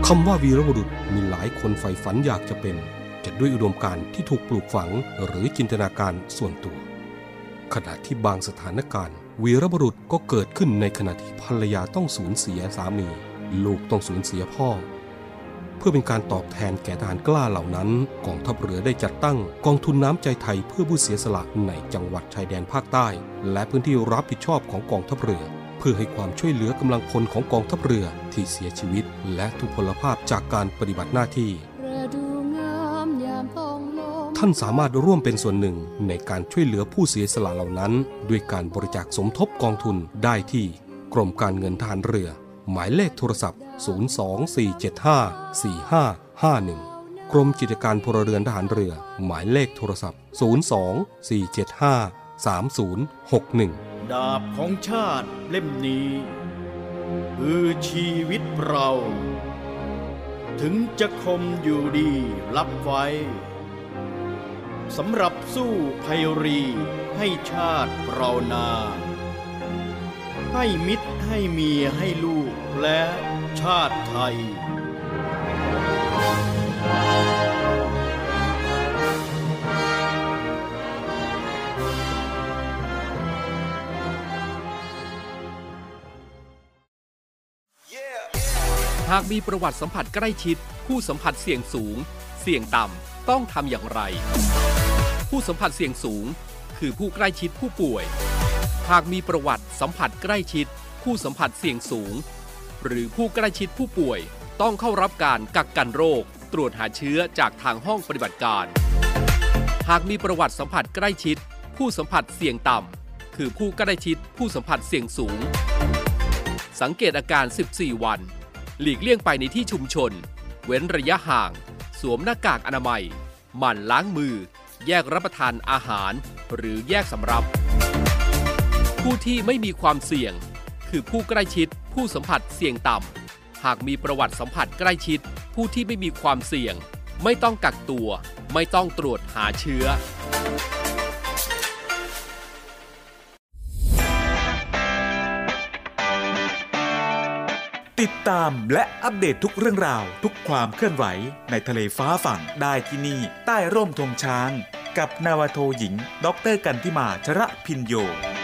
คำว่าวีรบุรุษมีหลายคนใฝ่ฝันอยากจะเป็นจะด้วยอุดมการณ์ที่ถูกปลูกฝังหรือจินตนาการส่วนตัวขณะที่บางสถานการณ์วีรบุรุษก็เกิดขึ้นในขณะที่ภรรยาต้องสูญเสียสามีลูกต้องสูญเสียพ่อเพื่อเป็นการตอบแทนแก่ทหารกล้าเหล่านั้นกองทัพเรือได้จัดตั้งกองทุนน้ำใจไทยเพื่อผู้เสียสละในจังหวัดชายแดนภาคใต้และพื้นที่รับผิดชอบของกองทัพเรือเพื่อให้ความช่วยเหลือกำลังพลของกองทัพเรือที่เสียชีวิตและทุพพลภาพจากการปฏิบัติหน้าที่ท่านสามารถร่วมเป็นส่วนหนึ่งในการช่วยเหลือผู้เสียสละเหล่านั้นด้วยการบริจาคสมทบกองทุนได้ที่กรมการเงินทหารเรือหมายเลขโทรศัพท์024754551กรมกิจการพลเรือนทหารเรือหมายเลขโทรศัพท์024753061
ดาบของชาติเล่มนี้คือชีวิตเราถึงจะคมอยู่ดีรับไว้สำหรับสู้ภัยรีให้ชาติเรานาให้มิตรให้เมียให้ลูกและชาติไทย
หากมีประวัติสัมผัสใกล้ชิดผู้สัมผัสเสี่ยงสูงเสี่ยงต่ำต้องทำอย่างไรผู้สัมผัสเสี่ยงสูงคือผู้ใกล้ชิดผู้ป่วยหากมีประวัติสัมผัสใกล้ชิดผู้สัมผัสเสี่ยงสูงหรือผู้ใกล้ชิดผู้ป่วยต้องเข้ารับการกักกันโรคตรวจหาเชื้อจากทางห้องปฏิบัติการหากมีประวัติสัมผัสใกล้ชิดผู้สัมผัสเสี่ยงต่ำคือผู้ใกล้ชิดผู้สัมผัสเสี่ยงสูงสังเกตอาการ14วันหลีกเลี่ยงไปในที่ชุมชนเว้นระยะห่างสวมหน้ากากอนามัยหมั่นล้างมือแยกรับประทานอาหารหรือแยกสำรับผู้ที่ไม่มีความเสี่ยงคือผู้ใกล้ชิดผู้สัมผัสเสี่ยงต่ำหากมีประวัติสัมผัสใกล้ชิดผู้ที่ไม่มีความเสี่ยงไม่ต้องกักตัวไม่ต้องตรวจหาเชื้อ
ติดตามและอัปเดตทุกเรื่องราวทุกความเคลื่อนไหวในทะเลฟ้าฝั่งได้ที่นี่ใต้ร่มธงช้างกับนาวาโทหญิงดร.กันธิมาชระพิญโย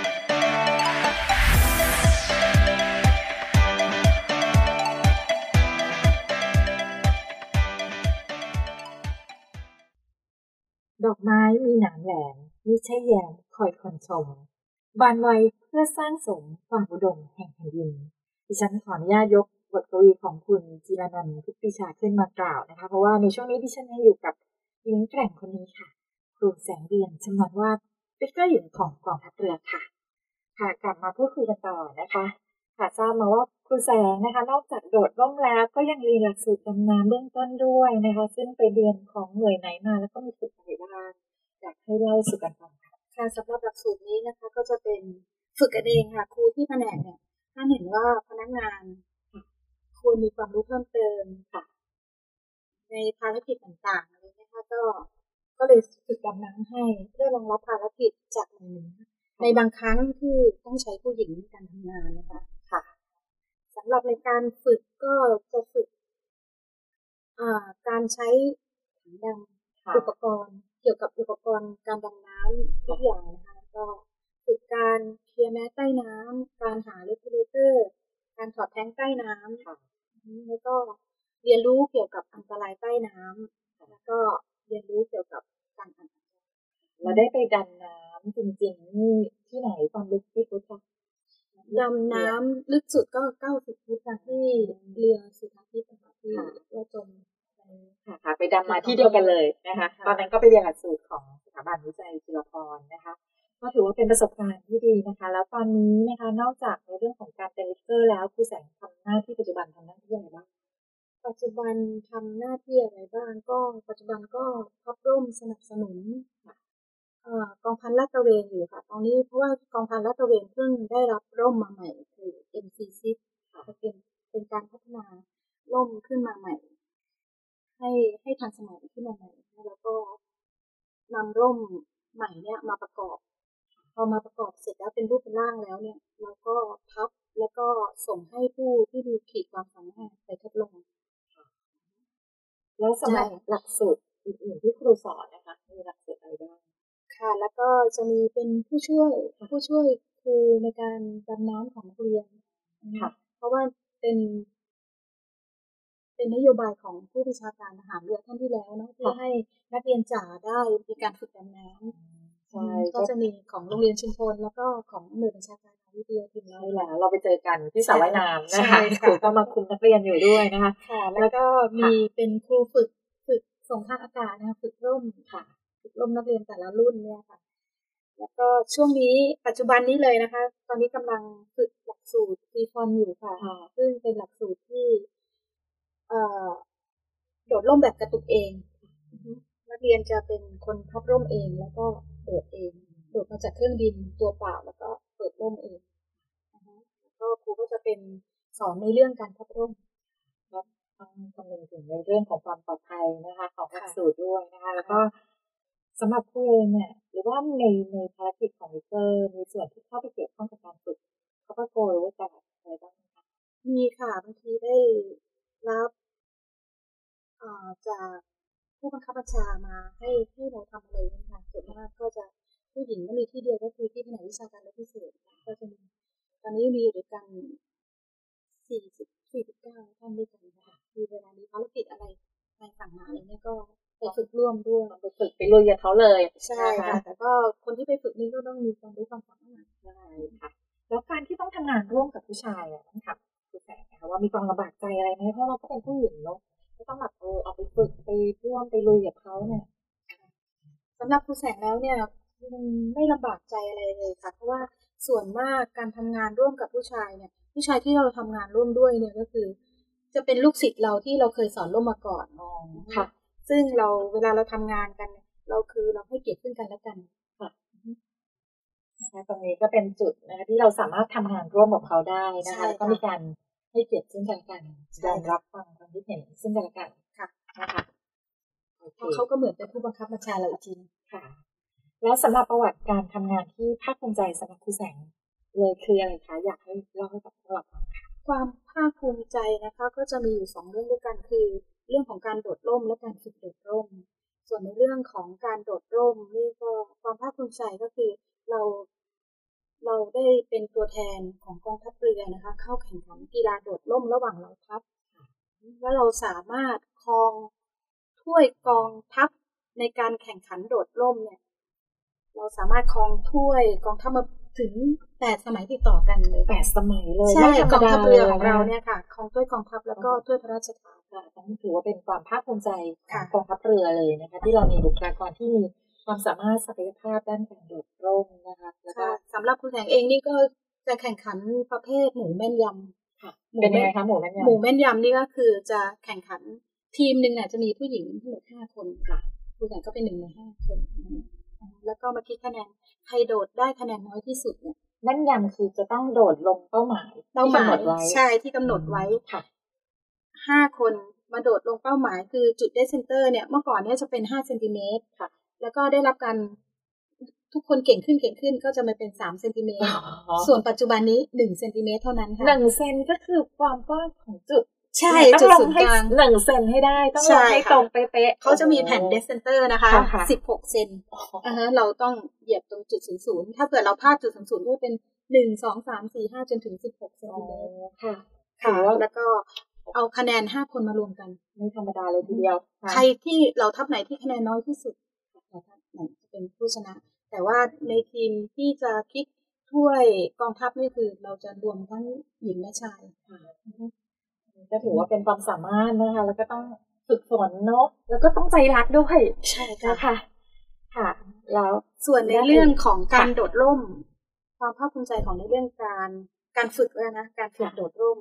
ดอกไม้มีหนามแหลมมิใช่แยมคอยคนชมบานไว้เพื่อสร้างสมความอุดมแห่งแผ่นดินดิฉันขออนุญาตยกบทกวีของคุณจิรนันท์ พุทธปิชาขึ้นมากล่าวนะคะเพราะว่าในช่วงนี้ดิฉันยังอยู่กับหญิงแกร่งคนนี้ค่ะครูแสงเดือนชำนาญวาดปิ๊กเกอร์หญิงของกองทัพเรือค่ะกลับมาพูดคุยกันต่อนะคะทราบมาว่าครูแสงนะคะนอกจากโดดร่มแล้วก็ยังเรียนหลักสูตรดำน้ำเบื้องต้นด้วยนะคะซึ่งไปเรียนของหน่วยไหนมาแล้วก็มีฝึกอะไรบ้างอยากให้เล่าสู่กันฟังค่ะ
สำหรับหลักสูตรนี้นะคะก็จะเป็นฝึกกันเองค่ะครูที่แผนกเนี่ยท่านเห็นว่าพนักงานควรมีความรู้เพิ่มเติมค่ะในภารกิจต่างๆอะไรนะคะก็เลยฝึกดำน้ำให้เพื่อรองรับภารกิจจากหน่วยหนึ่งในบางครั้งที่ต้องใช้ผู้หญิงในการทำงานนะคะค่ะสำหรับในการฝึกก็จะฝึกการใช้ถังดำอุปกรณ์เกี่ยวกับอุปกรณ์การดำน้ำทุกอย่างนะคะก็ฝึกการเคลียร์แมสใต้น้ำการหาเรกูเลเตอร์การถอดแท้งใต้น้ำค่ะแล้วก็เรียนรู้เกี่ยวกับอันตรายใต้น้ำแล้วก็เรียนรู้เกี่ยวกับการอ่าน
เราได้ไปดำน้ำจริงๆนี่ที่ไหนความลึกกี่ฟุตคะ
ดำน้ำลึกสุดก็90 ฟุตค่ะที่เรือสุทาทิพย์ที่เราจม
ค่ะไปดำมาที่เดียวกันเลยนะคะตอนนั้นก็ไปเรียนหลักสูตรของสถาบันวิจัยจุฬาภรณ์นะคะก็ถือว่าเป็นประสบการณ์ที่ดีนะคะแล้วตอนนี้นะคะนอกจากในเรื่องของการเป็นเลคเชอร์แล้วครูแสงทำหน้าที่ปัจจุบันทำหน้าที่อะไรบ้าง
ปัจจุบันทำหน้าที่อะไรบ้างก็ปัจจุบันก็พับร่มสนับสนุนกองพันลาดตระเวนอยู่ค่ะตอนนี้เพราะว่ากองพันลาดตระเวนเพิ่งได้รับร่มมาใหม่คือ MC6 ค่ะเป็นการพัฒนาร่มขึ้นมาใหม่ให้ทันสมัยขึ้นมาใหม่แล้วก็นำร่มใหม่เนี่ยมาประกอบพอมาประกอบเสร็จแล้วเป็นรูปเป็นร่างแล้วเนี่ยเราก็พับแล้วก็ส่งให้ผู้ที่ดูขีดความสามารถไปทดลอง
แล้วสำหรับหลักสูตรอื่นๆที่ครูสอนนะคะมีหลักสูตรอะไรบ้าง
ค่ะแล้วก็จะมีเป็นผู้ช่วยครูในการดำน้ำของนักเรียนค่ะเพราะว่าเป็นนโยบายของผู้บัญชาการทหารเรือท่านที่แล้วเนาะที่ให้นักเรียนจ่าได้มีการฝึกดำน้ำใช่ก็จะมีของโรงเรียนชุมพลแล้วก็ของหน่วยบัญชาการวิทยาทีมเรา
แล้วเราไปเจอกันที่สระว่ายน้ำนะคะครูก็มาคุมนักเรียนอยู่ด้วยนะคะ
ค่ะแล้วก็มีเป็นครูฝึกส่งทางอากาศนะคะฝึกร่มค่ะฝึกร่มนักเรียนแต่ละรุ่นเนี่ยค่ะแล้วก็ช่วงนี้ปัจจุบันนี้เลยนะคะตอนนี้กำลังฝึกหลักสูตรฟรีฟอนอยู่ค่ะซึ่งเป็นหลักสูตรที่โดดร่มแบบกระตุกเองนักเรียนจะเป็นคนพับร่มเองแล้วก็โดดเองโดดมาจากเครื่องบินตัวเปล่าแล้วก็เปิดร่มเองแล้วก็ครูก็จะเป็นสอนในเรื่องการพับร่ม
ต้องคำนึงถึงในเรื่องของความปลอดภัยนะคะของหลักสูตรด้วยนะคะแล้วก็สำหรับครูเองเนี่ยหรือว่าในภารกิจของวิเตอร์มีส่วนที่เข้าไปเกี่ยวข้องกับการฝึกเขาก็โกยไว้แต่อะไรบ้างคะ
มีค่ะบางทีได้รับจากผู้บังคับบัญชามาให้เราทำอะไรนะคะส่วนมากก็จะผู้หญิงก็มีที่เดียวก็คือที่แผนกวิชาการและพิเศษก็จะมีตอนนี้มีอยู่ด้วยกัน49ท่านด้วยกันนะคะมีเวลามีภารกิจอะไรใครสั่งมาอะไรเนี่ยก็ไปฝึกร่วมด้วย
ไปฝึกไปลุยกับเขาเลย
ใช่ค่ะแต่ก็คนที่ไปฝึกนี่ก็ต้องมีความรู้ความสามารถ
ใช่ค่ะแล้วการที่ต้องทำงานร่วมกับผู้ชายต้องถามคุณแสงนะคะว่ามีความลำบากใจอะไรไหมเพราะเราก็เป็นผู้หญิงเนาะก็ต้องแบบเอาไปฝึกไปร่วมไปลุยกับเขาเนี่ย
สำหรับครูแสงแล้วเนี่ยมันไม่ลำบากใจอะไรเลยค่ะเพราะว่าส่วนมากการทำงานร่วมกับผู้ชายเนี่ยผู้ชายที่เราทำงานร่วมด้วยเนี่ยก็คือจะเป็นลูกศิษย์เราที่เราเคยสอนร่วมมาก่อนค่ะซึ่งเราเวลาเราทำงานกันเราให้เกียรติซึ่งกันและกันค่ะ
นะคะตรงนี้ก็เป็นจุดนะคะที่เราสามารถทำงานร่วมกับเขาได้นะคะแล้วก็มีการให้เกียรติซึ่งกันและกันยอมรับฟังความคิดเห็นซึ่งกันและกัน
ค่ะ
นะคะ
เขาก็เหมือนเป็นผู้บังคับบัญชาเราอีกที
ค่ะแล้วสำหรับประวัติการทำงานที่ภาคภูมิใจสำหรับครูแสงเลยคืออะไรคะอยากให้เล่าให้กับพวกเราฟังค่ะ
ความภาคภูมิใจนะคะก็จะมีอยู่2เรื่องด้วยกันคือเรื่องของการโดดร่มและการฝึกโดดร่มส่วนในเรื่องของการโดดร่มนี่ก็ความภาคภูมิใจก็คือเราได้เป็นตัวแทนของกองทัพเรือนะคะเข้าแข่งขันกีฬาโดดร่มระหว่างเหล่าทัพและเราสามารถครองถ้วยกองทัพในการแข่งขันโดดร่มเนี่ยเราสามารถครองถ้วยกองทัพมาถึง8 สมัยติดต่อกันเลย
8 สมัยเลย
ใช่กองทัพเรือของเราเนี่ยค่ะครองถ้วยกองทัพแล้วก็ถ้วยพระราชทาน
ค่ะต้องถือว่าเป็นความภาคภูมิใจของกองทัพเรือเลยนะคะที่เรามีบุคลากรที่มีความสามารถศักยภาพด้านการโดดร่มนะคะแล้วก็
สำหรับครูแสงเองนี่ก็จะแข่งขันประเภทหมู่แม่นยำ
ค่ะเป็นยังไงคะหมู่แม่นยำ
หมู่แม่นยำนี่ก็คือจะแข่งขันทีมนึงเนี่ยจะมีผู้หญิงทั้งหมด5 คนค่ะครูแสงก็เป็น1 ใน 5 คนแล้วก็มาคิดคะแนนใครโดดได้คะแนนน้อยที่สุดเนี่ย
แม่นยำคือจะต้องโดดลงเป้าหมายที่กำหนดไว้
ใช่ที่กำหนดไว้
ค่ะ
5 คนมาโดดลงเป้าหมายคือจุดเดดเซนเตอร์เนี่ยเมื่อก่อนเนี่ยจะเป็น5 เซนติเมตรค่ะแล้วก็ได้รับการทุกคนเก่งขึ้นก็จะมาเป็น3 เซนติเมตรส่วนปัจจุบันนี้1 เซนติเมตรเท่านั้นค่ะ
1 เซนก็คือความกว้างของจุด
ใช่จุดศูนย์กลาง
1 เซนให้ได้ต้องลงให้ตรงเป๊ะ
ๆเขาจะมีแผ่นเดดเซนเตอร์นะคะ16 เซนเราต้องเหยียบตรงจุด00ถ้าเกิดเราพลาดจุด00ก็เป็น1 2 3 4 5จนถึง16 เซนติเมตรค่ะแล้วก็เอาคะแนน5 คนมารวมกัน
ไม่ธรรมดาเลยทีเดียว
ใครที่เราทัพไหนที่คะแนนน้อยที่สุดเราทัพนั้นจะเป็นผู้ชนะแต่ว่าในทีมที่จะคิดถ้วยกองทัพนี่คือเราจะรวมทั้งหญิงและชาย
ก็ถือว่าเป็นความสามารถนะคะแล้วก็ต้องฝึกฝนเนาะแล้วก็ต้องใจรักด้วย
ใช่
ค่ะค่ะแล้ว
ส่วนในเรื่องของการโดดร่มความภาคภูมิใจของในเรื่องการฝึกแล้วนะการฝึกโดดร่ม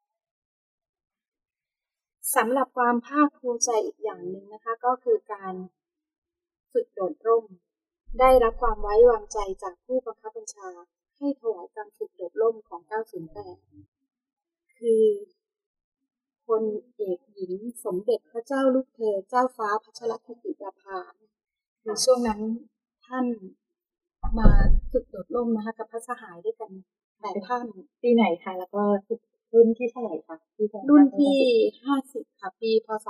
สำหรับความภาคภูมิใจอีกอย่างหนึ่งนะคะก็คือการฝึกโดดร่มได้รับความไว้วางใจจากผู้บังคับบัญชาให้ถวายการฝึกโดดร่มของ908คือพลเอกหญิงสมเด็จพระเจ้าลูกเธอเจ้าฟ้าพัชรกิติยาภาในช่วงนั้นท่านมาฝึกโดดร่มนะคะกับพระสหายด้วยกัน8 ท่าน
ปีไหนคะแล้วก็ฝึกรุ่นที่เท่าไหร่คะ
รุ่นที่50ค่ะปีพ.ศ.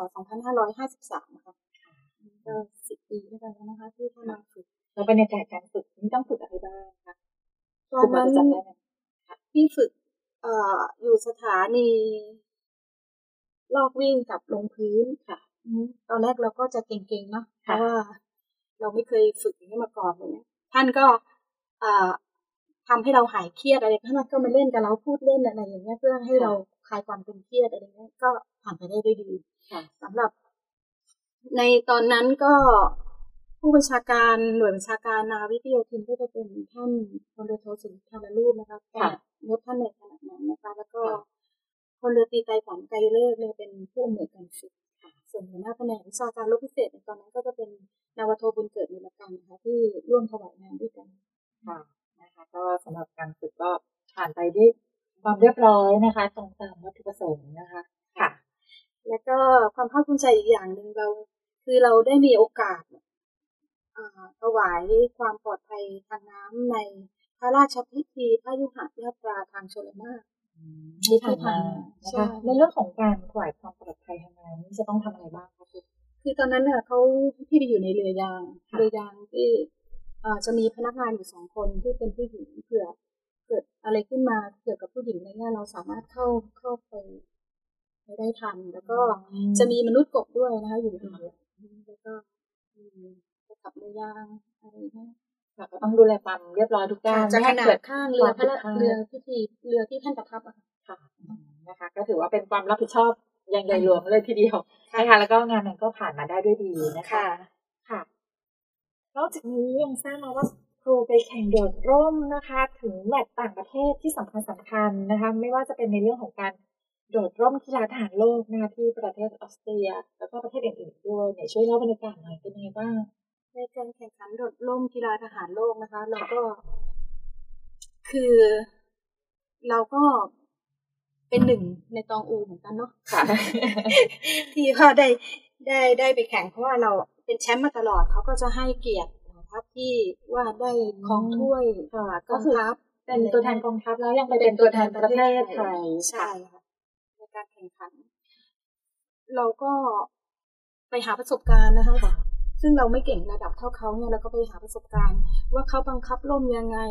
2553ค่ะก็10 ปีด้วยกันแล้วนะคะที่เข้ามาฝึก
แล้วบรรยากาศการฝึกนี่ต้องฝึกอะไรบ้างคะ
ตอนนั้นที่ฝึกอยู่สถานีลอกวิ่งกับลงพื้นค่ะตอนแรกเราก็จะเก่งๆเนาะเพราะว่าเราไม่เคยฝึกอย่างนี้มาก่อนเลยท่านก็ทำให้เราหายเครียดอะไรท่านก็มาเล่นกับเราพูดเล่นอะไรอย่างเงี้ยเพื่อให้เราคลายความเป็นเครียดอะไรเงี้ยก็ผ่านไปได้ด้วยดีสำหรับในตอนนั้นก็ผู้บัญชาการหน่วยบัญชาการนาวิกโยธินก็จะเป็นท่านพลเรือโทสุนทรรูปนะคะยศท่านในขณะนั้นนะคะแล้วก็พลเรือตรีไตรฝันไกรเลิศเลยเป็นผู้อำนวยการฝึกส่วนหัวหน้าแผนกวิชาการรบพิเศษในตอนนั้นก็จะเป็นนาวาโทบุญเกิดมูลกันนะคะที่ร่วมถวายงานด้วยกัน
ค่ะนะคะก็สำหรับการฝึกก็ผ่านไปด้วยความเรียบร้อยนะคะตรงตามวัตถุประสงค์นะคะค่ะ
แล้วก็ความภาคภูมิใจอีกอย่างหนึ่งเราได้มีโอกาสถวายความปลอดภัยทางน้ำในพระราชพิธีพระยุหยาตราทางชลมาร
ที่ผ่านมานะคะในเรื่องของการถวายความปลอดภัยทางน้ำนี่จะต้องทำอะไรบ้างคะ
คือตอนนั้นเนี่ยเขาที่ไปอยู่ในเรือยางที่จะมีพนักงานอยู่2 คนที่เป็นผู้หญิงเผื่อเกิดอะไรขึ้นมาเกี่ยวกับผู้หญิงในเนี่ยเราสามารถเข้าไปได้ทันแล้วก็จะมีมนุษย์กบด้วยนะคะอยู่ในเรือแล้วก็ขับเรือยางอะไรนะ
ก็ต้องดูแลความเรียบร้อยทุกด้าน
จะขนาดข้างเรือเรือที่ท่านประทับ
ค่ะนะคะก็ถือว่าเป็นความรับผิดชอบอย่างใหญ่หลวงเลยทีเดียวนะคะแล้วก็งานนั้นก็ผ่านมาได้ด้วยดีนะคะค่ะนอกจากนี้ยังทราบมาว่าครูไปแข่งโดดร่มนะคะถึงแมตช์ต่างประเทศที่สำคัญนะคะไม่ว่าจะเป็นในเรื่องของการโดดร่มกีฬาทหารโลกนะคะที่ประเทศออสเตรียแล้วก็ประเทศอื่นๆด้วยเนี่ยช่วยเล่าบรรยากาศหน่อยเป็นยังไงบ้าง
ในการแข่งขันโดดร่มกีฬาทหารโลกนะคะเราก็คือเราก็เป็นหนึ่งในตองอูเหมือนกันเนาะค่ะ ที่เขาได้ไปแข่งเพราะว่าเราเป็นแชมป์มาตลอดเขาก็จะให้เกียรตินะครับที่ว่าได้ครองถ้วย
ก็คือเป็นตัวแทนกองทัพแล้วยังไปเป็นตัวแทนประเทศไทย
ใช่ค่ะในการแข่งขันเราก็ไปหาประสบการณ์นะคะซึ่งเราไม่เก่งระดับเท่าเขาเนี่ยเราก็ไปหาประสบการณ์ว่าเขาบังคับร่มยังไง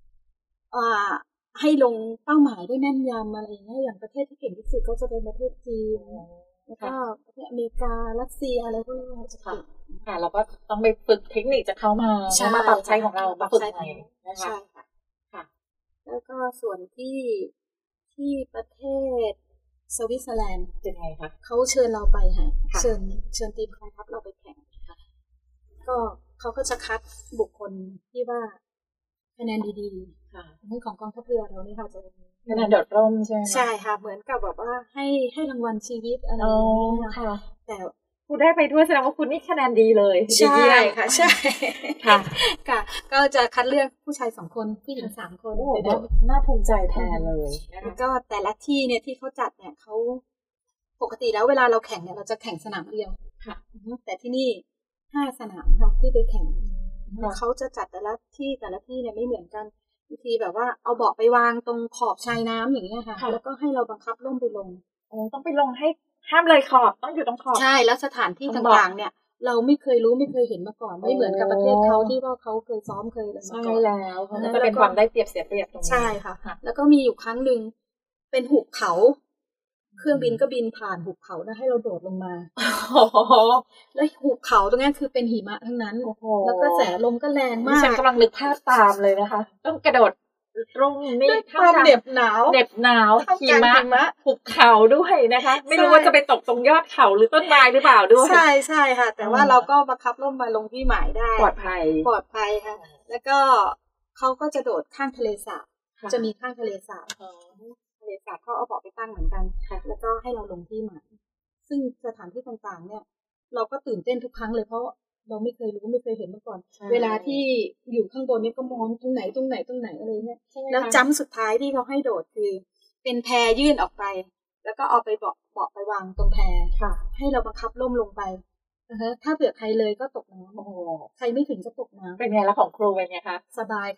ให้ลงเป้าหมายได้แม่นยำอะไรอย่างเงี้ยอย่างประเทศที่เก่งที่สุดก็จะเป็นประเทศจีนแล้วก็ประเทศอเมริการัสเซียอะไรพวกนี้
ค่ะเราก็ต้องไปฝึกเทคนิคจากเขามาปรับใช้ของเราปรับฝึกใหม่นะคะ
ค่ะแล้วก็ส่วนที่ประเทศสวิตเซอร์แลนด์
เป็นไงคะ
เขาเชิญเราไปค่ะเชิญทีมกองทัพเราไปแข่งก็เขาก็จะคัดบุคคลที่ว่าคะแนนดีๆค่ะในของกองทัพเรือเรานี่ค่ะจะ
คะแนนโดดร่มใช่ไหม
ใช่ค่ะเหมือนกับแบบว่าให้รางวัลชีวิตอะไรอย่างเงี้ยค่ะแต่
คุณได้ไปด้วยแสดงว่าคุณนี่คะแนนดีเลย
ใช่ค่ะใช่ค่ะก็จะคัดเลือกผู้ชาย2 คนผู้หญิง3 คน
น่าภูมิใจแทนเลย
แล้วก็แต่ละที่เนี่ยที่เขาจัดเนี่ยเขาปกติแล้วเวลาเราแข่งเนี่ยเราจะแข่งสนามเดียวค่ะแต่ที่นี่5 สนามค่ะที่ไปแข่งเขาจะจัดแต่ละที่เนี่ยไม่เหมือนกันบางทีแบบว่าเอาเบาะไปวางตรงขอบชายน้ำอย่างเงี้ยค่ะแล้วก็ให้เราบังคับร่มไปลง
ต้องไปลงให้ห้ามเลยขอบต้องอยู่ตรงขอบ
ใช่แล้วสถานที่ต่างๆเนี่ยเราไม่เคยรู้ไม่เคยเห็นมาก่อนไม่เหมือนกับประเทศเขาที่ว่าเขาเคยซ้อมเคยอะไรมาก่อน
แล้วจะเป็นความได้เปรียบเสียเปรียบตรงนี้
ใช่ค่ะแล้วก็มีอยู่ครั้งนึงเป็นหุบเขาเครื่องบินก็บินผ่านหุบเขาแล้วให้เราโดดลงมาแล้วหุบเขาตรงนี้คือเป็นหิมะทั้งนั้นแล้วก็แสลมก็แรงมาก
ฉันกำลังนึกภาพตามเลยนะคะต้องกระโดดตรงนี้
ความเหน็บหนาว
หิมะหุบเขาด้วยนะคะไม่รู้ว่าจะไปตกตรงยอดเขาหรือต้นไม้หรือเปล่าด้วย
ใช่ค่ะแต่ว่าเราก็บังคับร่มมาลงที่หมายได้
ปลอดภั
ยค่ะแล้วก็เขาก็จะโดดข้างทะเลสาบจะมีข้างทะเลสาบเขาเอาเบาะไปตั้งเหมือนกันแล้วก็ให้เราลงที่หมายซึ่งสถานที่ต่างๆเนี่ยเราก็ตื่นเต้นทุกครั้งเลยเพราะเราไม่เคยรู้ไม่เคยเห็นมาก่อนเวลาที่อยู่ข้างบนเนี่ยก็มองตรงไหนอะไรเนี่ยแล้วจัมป์สุดท้ายที่เขาให้โดดคือเป็นแพยื่นออกไปแล้วก็เอาไปเบาะไปวางตรงแพให้เราบังคับล่มลงไปถ้าเผื่อใครเลยก็ตกน้ำใครไม่ถึงก็ตกน้ำ
เป็นไงแล้วของครูเป็นไงคะ
สบายค่ะ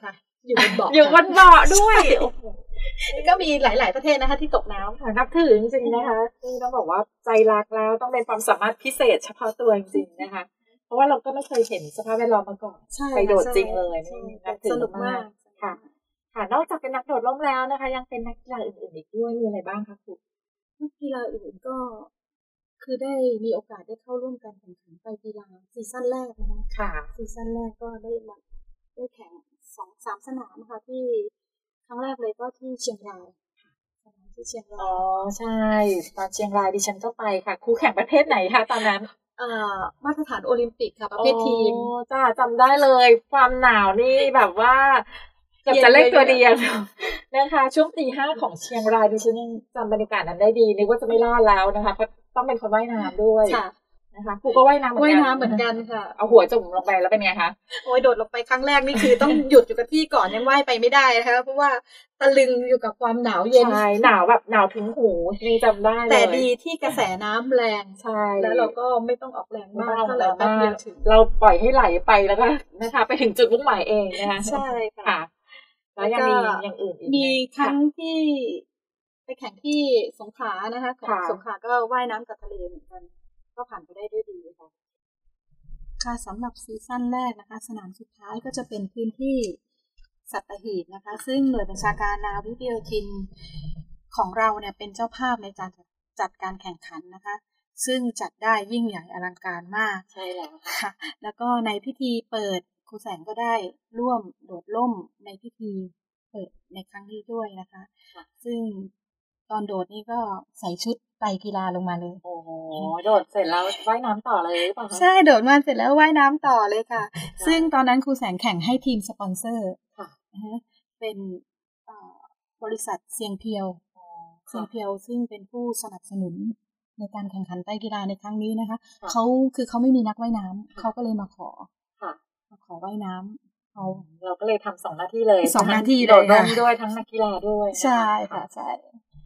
อยู่บนเบาะ
อยู่บนเบาะด้วยโอ้โห
ก็มีหลายๆประเทศนะคะที่ตกน้ำ
ค่ะนับถือจริงๆนะคะที่ต้องบอกว่าใจรักแล้วต้องเป็นความสามารถพิเศษเฉพาะตัวจริงๆนะคะเพราะว่าเราก็ไม่เคยเห็นสภาพแวดล้อมมาก่อนไปโดดจริงเลย
สนุกมาก
ค่ะค่ะนอกจากเป็นนักโดดร่มแล้วนะคะยังเป็นนักกีฬาอื่นๆอีกด้วยมีอะไรบ้างคะครู
นักกีฬาอื่นก็คือได้มีโอกาสได้เข้าร่วมการแข่งขันไตรกีฬาซีซั่นแรกนะคะ
ค่ะ
ซีซั่นแรกก็ได้แข่ง 2-3 สนามค่ะที่ครั้งแรกเลยก็ที่เชียงรายที่เชียงราย
อ๋อใช่ตอนเชียงรายดิฉันก็ไปค่ะครูแข่งประเภทไหนคะตอนนั้น
มาตรฐานโอลิมปิกค่ะประเภททีม
จ้าจำได้เลยความหนาวนี่แบบว่าเกือบจะเล่นตัวเดียวนะคะช่วง 5:00 ของเชียงรายดิฉันยังจำบรรยากาศนั้นได้ดีนึกว่าจะไม่รอดแล้วนะคะเพราะต้องเป็นคนว่ายน้ำด้วยนะคะครูก็ว่ายน้ำเหมื
อนกันค่ะ
เอาหัวจุ่มลงไปแล้วเป็นไงคะ
โอ้ยโดดลงไปครั้งแรกนี่คือต้องหยุดอยู่กับที่ก่อนยังว่ายไปไม่ได้นะคะเพราะว่าตะลึงอยู่กับความหนาวเย็น
ใช่หนาวแบบหนาวถึงหูนี่จำได้เลย
แต่ดีที่กระแสน้ำแรง
ใช่
แล้วเราก็ไม่ต้องออกแรงมากเท่าไหร่แป๊บเดียวถึง
เราปล่อยให้ไหลไปแล้วก็นะคะไปถึงจุดมุ่งหมายเองนะคะ
ใช่ค่ะ
แล้วยังมีอย่างอื่นอีก
มีครั้งที่ไปแข่งที่สงขลานะคะของสงขลาก็ว่ายน้ำกับทะเลเหมือนกันก็ผ่านไปได้ด้วยดีค่ะสำหรับซีซั่นแรกนะคะสนามสุดท้ายก็จะเป็นพื้นที่สัตหีบนะคะซึ่งหน่วยบัญชาการนาวิกโยธินของเราเนี่ยเป็นเจ้าภาพในการจัดการแข่งขันนะคะซึ่งจัดได้ยิ่งใหญ่อลังการมาก
ใช่แล้ว
ค่ะแล้วก็ในพิธีเปิดครูแสงก็ได้ร่วมโดดร่มในพิธีเปิดในครั้งนี้ด้วยนะคะซึ่งตอนโดดนี่ก็ใส่ชุดไตรกีฬาลงมาเลย
โอ้โหโดดเสร็จแล้วว่ายน้ำต่อเลยป่ะ
ใช่โดดมาเสร็จแล้วว่ายน้ำต่อเลยค่ะซึ่งตอนนั้นครูแสงแข่งให้ทีมสปอนเซอร์เป็นบริษัทเซียงเพียวซึ่งเป็นผู้สนับสนุนในการแข่งขันไตรกีฬาในครั้งนี้นะคะเขาไม่มีนักว่ายน้ำเขาก็เลยมาขอว่ายน้ำ
เราก็เลยทำ2 หน้าที่เลย
2 หน้าที่
โดดร่มด้วยทั้งนักกีฬาด้วย
ใช่ค่ะใช่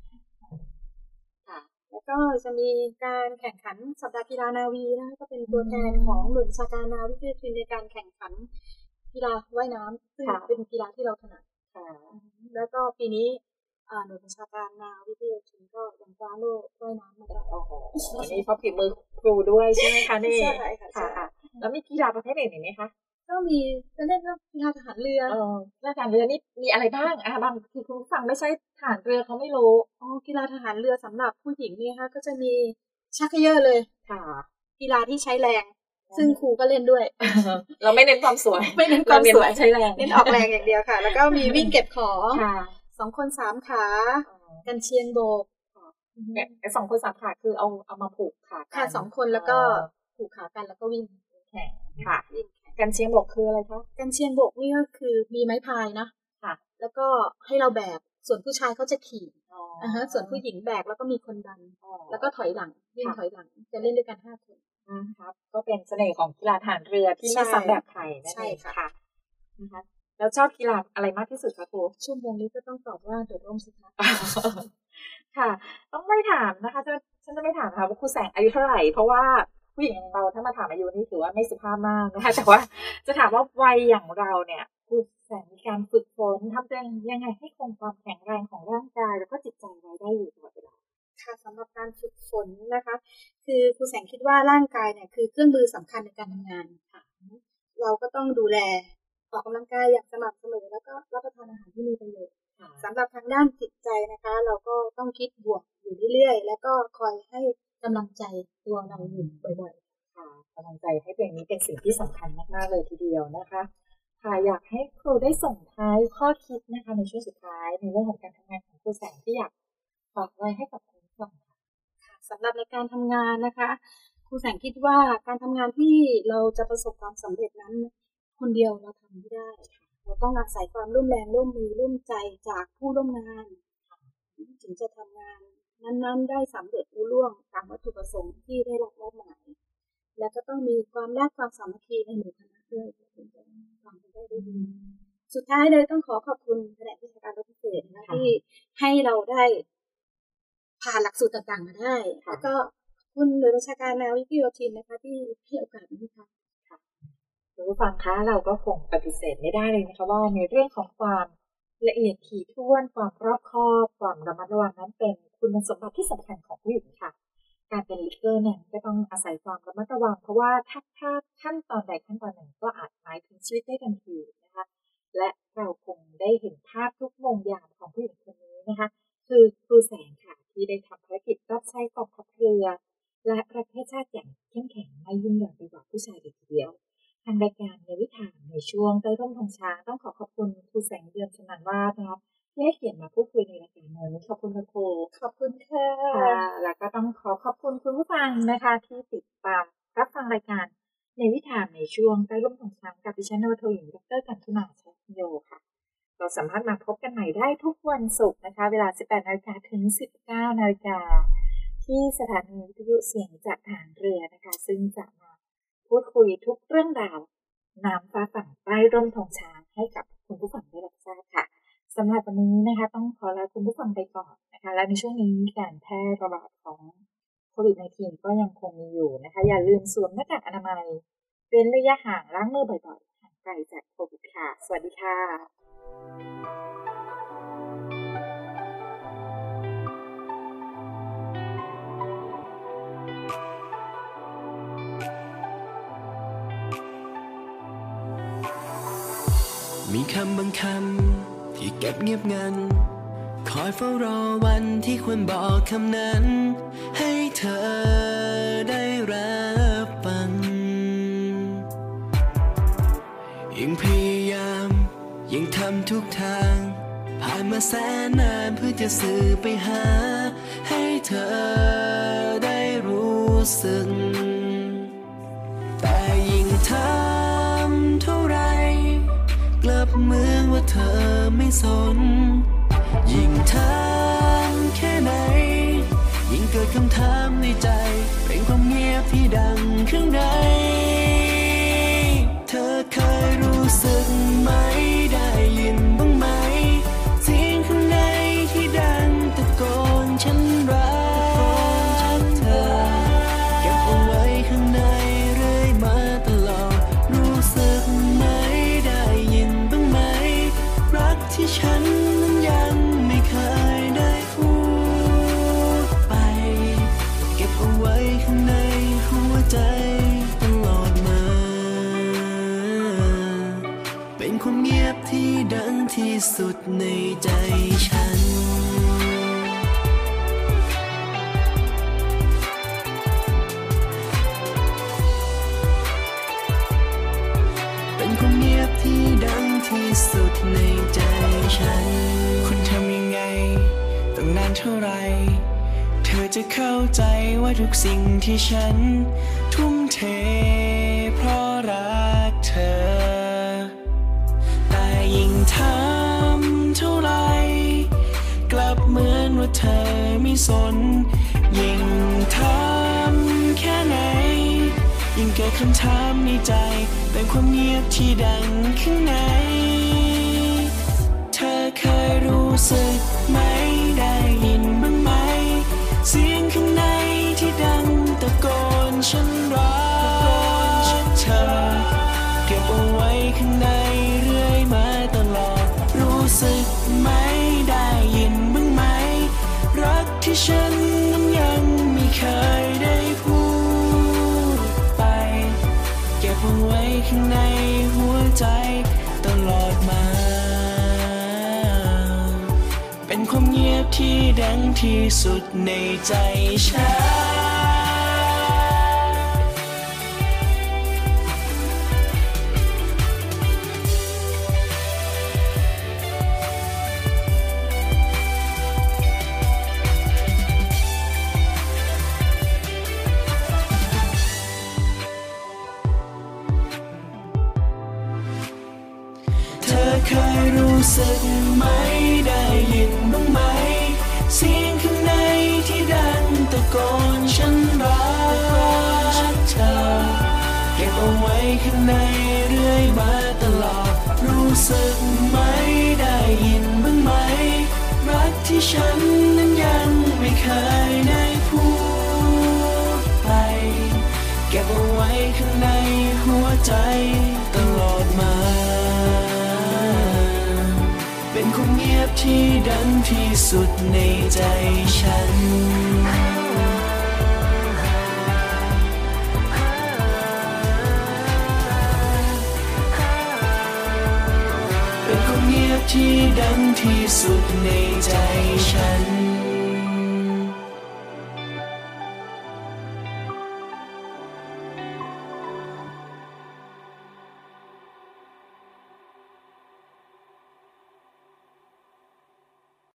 แล้วก็จะมีการแข่งขันสัปดาห์กีฬานาวีนะคะก็เป็นตัวแทนของหน่วยบัญชาการนาวิกโยธินในการแข่งขันกีฬาว่ายน้ำซึ่งเป็นกีฬาที่เราถนัดแล้วก็ปีนี้หน่วยบัญชาการนาวิกโยธินก็ยังคว้าโล่ว่ายน้ำมาได้
โอ้โหนี่เพราะฝีมือครูด้วยใช่ไหมคะนี่ใช่ค่ะแล้วมีกีฬาประเภทอื่นอีกไหมคะ
ก็มีจะเล่นกีฬาทหารเรือ
ทหารเรือนี่มีอะไรบ้างบางทีคุณผู้ฟังไม่ใช่ทหารเรือเขาไม่รู้
กีฬาทหารเรือสำหรับผู้หญิงนี่ค่ะก็จะมีชักเขย่อเลย
ค่ะ
กีฬาที่ใช้แรงซึ่งครูก็เล่นด้วย
เราไม่เน้นความสวย
ไม่เน้นความสวย
ใช้แรง
เน้นออกแรงอย่างเดียวค่ะแล้วก็มีวิ่งเก็บของ2 คน 3 ขากันเชียงโบก
2 คน 3 ขาคือเอามาผูกขา
ค่ะ2 คนแล้วก็ผูกขากันแล้วก็วิ่ง
แข่งค่ะกันเชียงโบกคืออะไรคะ
กันเชียงโบกนี่ก็คือมีไม้พายนะ
ค่ะ
แล้วก็ให้เราแบกส่วนผู้ชายเขาจะขี่ส่วนผู้หญิงแบกแล้วก็มีคนดันแล้วก็ถอยหลังวิ่งถอยหลังจะเล่นด้วยกัน5 คน
ครับก็เป็นเสน่ห์ของกีฬาทหารเรือที่ไม่ซ้ำแบบใครนั่นเองค่ะนะคะแล้วชอบกีฬาอะไรมากที่สุดคะครู
ชั่วโมงนี้ก็ต้องตอบว่าโดดร่มสิคะ
ค่ะต้องไม่ถามนะคะฉันจะไม่ถามค่ะว่าครูแสงอายุเท่าไหร่เพราะว่าผู้หญิงอย่างเราถ้ามาถามอายุนี่ถือว่าไม่สุภาพมากนะคะแต่ว่าจะถามว่าวัยอย่างเราเนี่ยครูแสงมีการฝึกฝนทำตัวเองยังไงให้คงความแข็งแรงของร่างกายแล้วก็จิตใจไว้ได้อยู่ตลอดเวลา
ค่ะสำหรับการฝึกฝนนะคะคือครูแสงคิดว่าร่างกายเนี่ยคือเครื่องมือสำคัญในการทำงานค่ะเราก็ต้องดูแลออกกำลังกายอย่างสม่ำเสมอแล้วก็รับประทานอาหารที่มีประโยชน์สำหรับทางด้านจิตใจนะคะเราก็ต้องคิดบวกอยู่เรื่อยๆแล้วก็คอยให้กำลังใจตัวเราอยู่บ่อยๆ
ค่ะกำลังใจให้ตัวเองนี้เป็นสิ่งที่สำคัญมากๆเลยทีเดียวนะคะค่ะอยากให้ครูได้ส่งท้ายข้อคิดนะคะในช่วงสุดท้ายในเรื่องของการทำงานของครูแสงที่อยากฝากไว้ให้กับคุณผู้ฟัง
ค่ะสำหรับในการทำงานนะคะครูแสงคิดว่าการทำงานที่เราจะประสบความสำเร็จนั้นคนเดียวเราทำไม่ได้เราต้องอาศัยความร่วมแรงร่วมมือร่วมใจจากผู้ร่วมงานถึงจะทำงานนั้นๆได้สำเร็จรุ่ร่วงตามวัตถุประสงค์ที่ได้รับมอบหมายและก็ต้องมีความรักความสามัคคีในหมู่คณะด้วยถึงจะทำได้ดีสุดท้ายเลยต้องขอบคุณแผนกวิชาการพิเศษนะที่ให้เราได้ผ่านหลักสูตรต่างๆมาได้แล้วก็คุณหน่วยบัญชาการนาวิกโยธินนะคะที่ให้โอกาสนี้ค่ะ
วคุณผู้ฟังคะเราก็คงปฏิเสธไม่ได้เลยนะคะว่าในเรื่องของความละเอียดถี่ถ้วนความรอบคอบความระมัดระวังนั้นเป็นคุณสมบัติที่สำคัญของผู้หญิงค่ะการเป็นลีดเดอร์เนี่ยก็ต้องอาศัยความระมัดระวังเพราะว่าถ้าขั้นตอนใดขั้นตอนหนึ่งก็อาจหมายถึงชีวิตได้ทันทีนะคะและเราคงได้เห็นภาพทุกมุมอย่างของผู้หญิงคนนี้นะคะคือครูแสงค่ะที่ได้ทำภารกิจรับใช้กองทัพเรือและประเทศชาติอย่างเข้มแข็งไม่ยิ่งใหญ่ไปกว่าผู้ชายเลยทีเดียวทางรายการในวิถามในช่วงใต้ร่มธงช้างต้องขอบคุณครูแสงเดือนชำนาญวาดนะคะที่ให้เกียรติมาพูดคุยในรายการนี้ขอบคุณครูขอบคุณค่ะแล้วก็ต้องขอบคุณคุณผู้ฟังนะคะที่ติดตามรับฟังรายการในวิถามในช่วงใต้ร่มธงช้างกับดิฉันนวโทหญิงดร.กันธิมา ชัยพิญโยค่ะเราสามารถมาพบกันใหม่ได้ทุกวันศุกร์นะคะเวลา 18:00 นถึง 19:00 นที่สถานีวิทยุเสียงจากทหารเรือนะคะซึ่งจะมาพูดคุยทุกเรื่องราวน้ำฟ้าฝั่งใต้ร่มธงช้างให้กับคุณผู้ฟังได้รับทราบค่ะสำหรับวันนี้นะคะต้องขอลาคุณผู้ฟังไปก่อนนะคะและในช่วงนี้การแพร่ระบาดของโควิด -19 ก็ยังคงมีอยู่นะคะอย่าลืมสวมหน้ากากอนามัยเว้นระยะห่างล้างมือบ่อยๆห่างไกลจากโควิดค่ะสวัสดีค่ะ
มีคำบางคำที่เก็บเงียบงันคอยเฝ้ารอวันที่ควรบอกคำนั้นให้เธอได้รับฟังยิ่งพยายามยิ่งทำทุกทางผ่านมาแสนนานเพื่อจะสื่อไปหาให้เธอได้รู้สึกแต่ยิ่งทำเท่าไรกลับเหมือนว่าเธอไม่สนยิ่งทำแค่ไหนยิ่งเกิดคำถามในใจเป็นความเงียบที่ดังข้างในเธอเคยรู้สึกไหมได้ยินบ้างไหมเสียงข้างในที่ดังตะโกนฉันรักเธอเก็บเอาไว้ข้างในเรื่อยมาตลอดรู้สึกไหมได้ยินบ้างไหมรักที่ฉันนั้นยังไม่เคยได้พูดไปเก็บเอาไว้ข้างในหัวใจตลอดมาเป็นความเงียบที่ดังที่สุดในใจฉันเป็นความเงียบที่ดังที่สุดในใจฉันคุณทำยังไงตั้งนานเท่าไรเธอจะเข้าใจว่าทุกสิ่งที่ฉันทุ่มเทเพราะรักเธอแต่ยิ่งทำเท่าไรกลับเหมือนว่าเธอไม่สนยิ่งทำแค่ไหนยิ่งเกิดคำถามในใจเป็นความเงียบที่ดังข้างในเธอเคยรู้สึกไหมได้ยินบ้างไหมเสียงข้างในที่ดังตะโกนฉันรักเธอเก็บเอาไว้ข้างในเรื่อยมาตลอดรู้สึกไหมได้ยินบ้างไหมรักที่ฉันนั้นยังไม่เคยได้พูดไปเก็บเอาไว้ข้างในหัวใจตลอดมาเป็นความเงียบที่ดังที่สุดในใจฉันเคยรู้สึกไหมได้ยินบ้างไหมเสียงข้างในที่ดังตะโกนฉันรักเธอเก็บเอาไว้ข้างในเรื่อยมาตลอดรู้สึกไหมได้ยินบ้างไหมรักที่ฉันนั้นยังไม่เคยได้พูดไปเก็บเอาไว้ข้างในหัวใจต
ที่ดังที่สุดในใจฉันเป็นคนเงียบที่ดังที่สุดในใจฉัน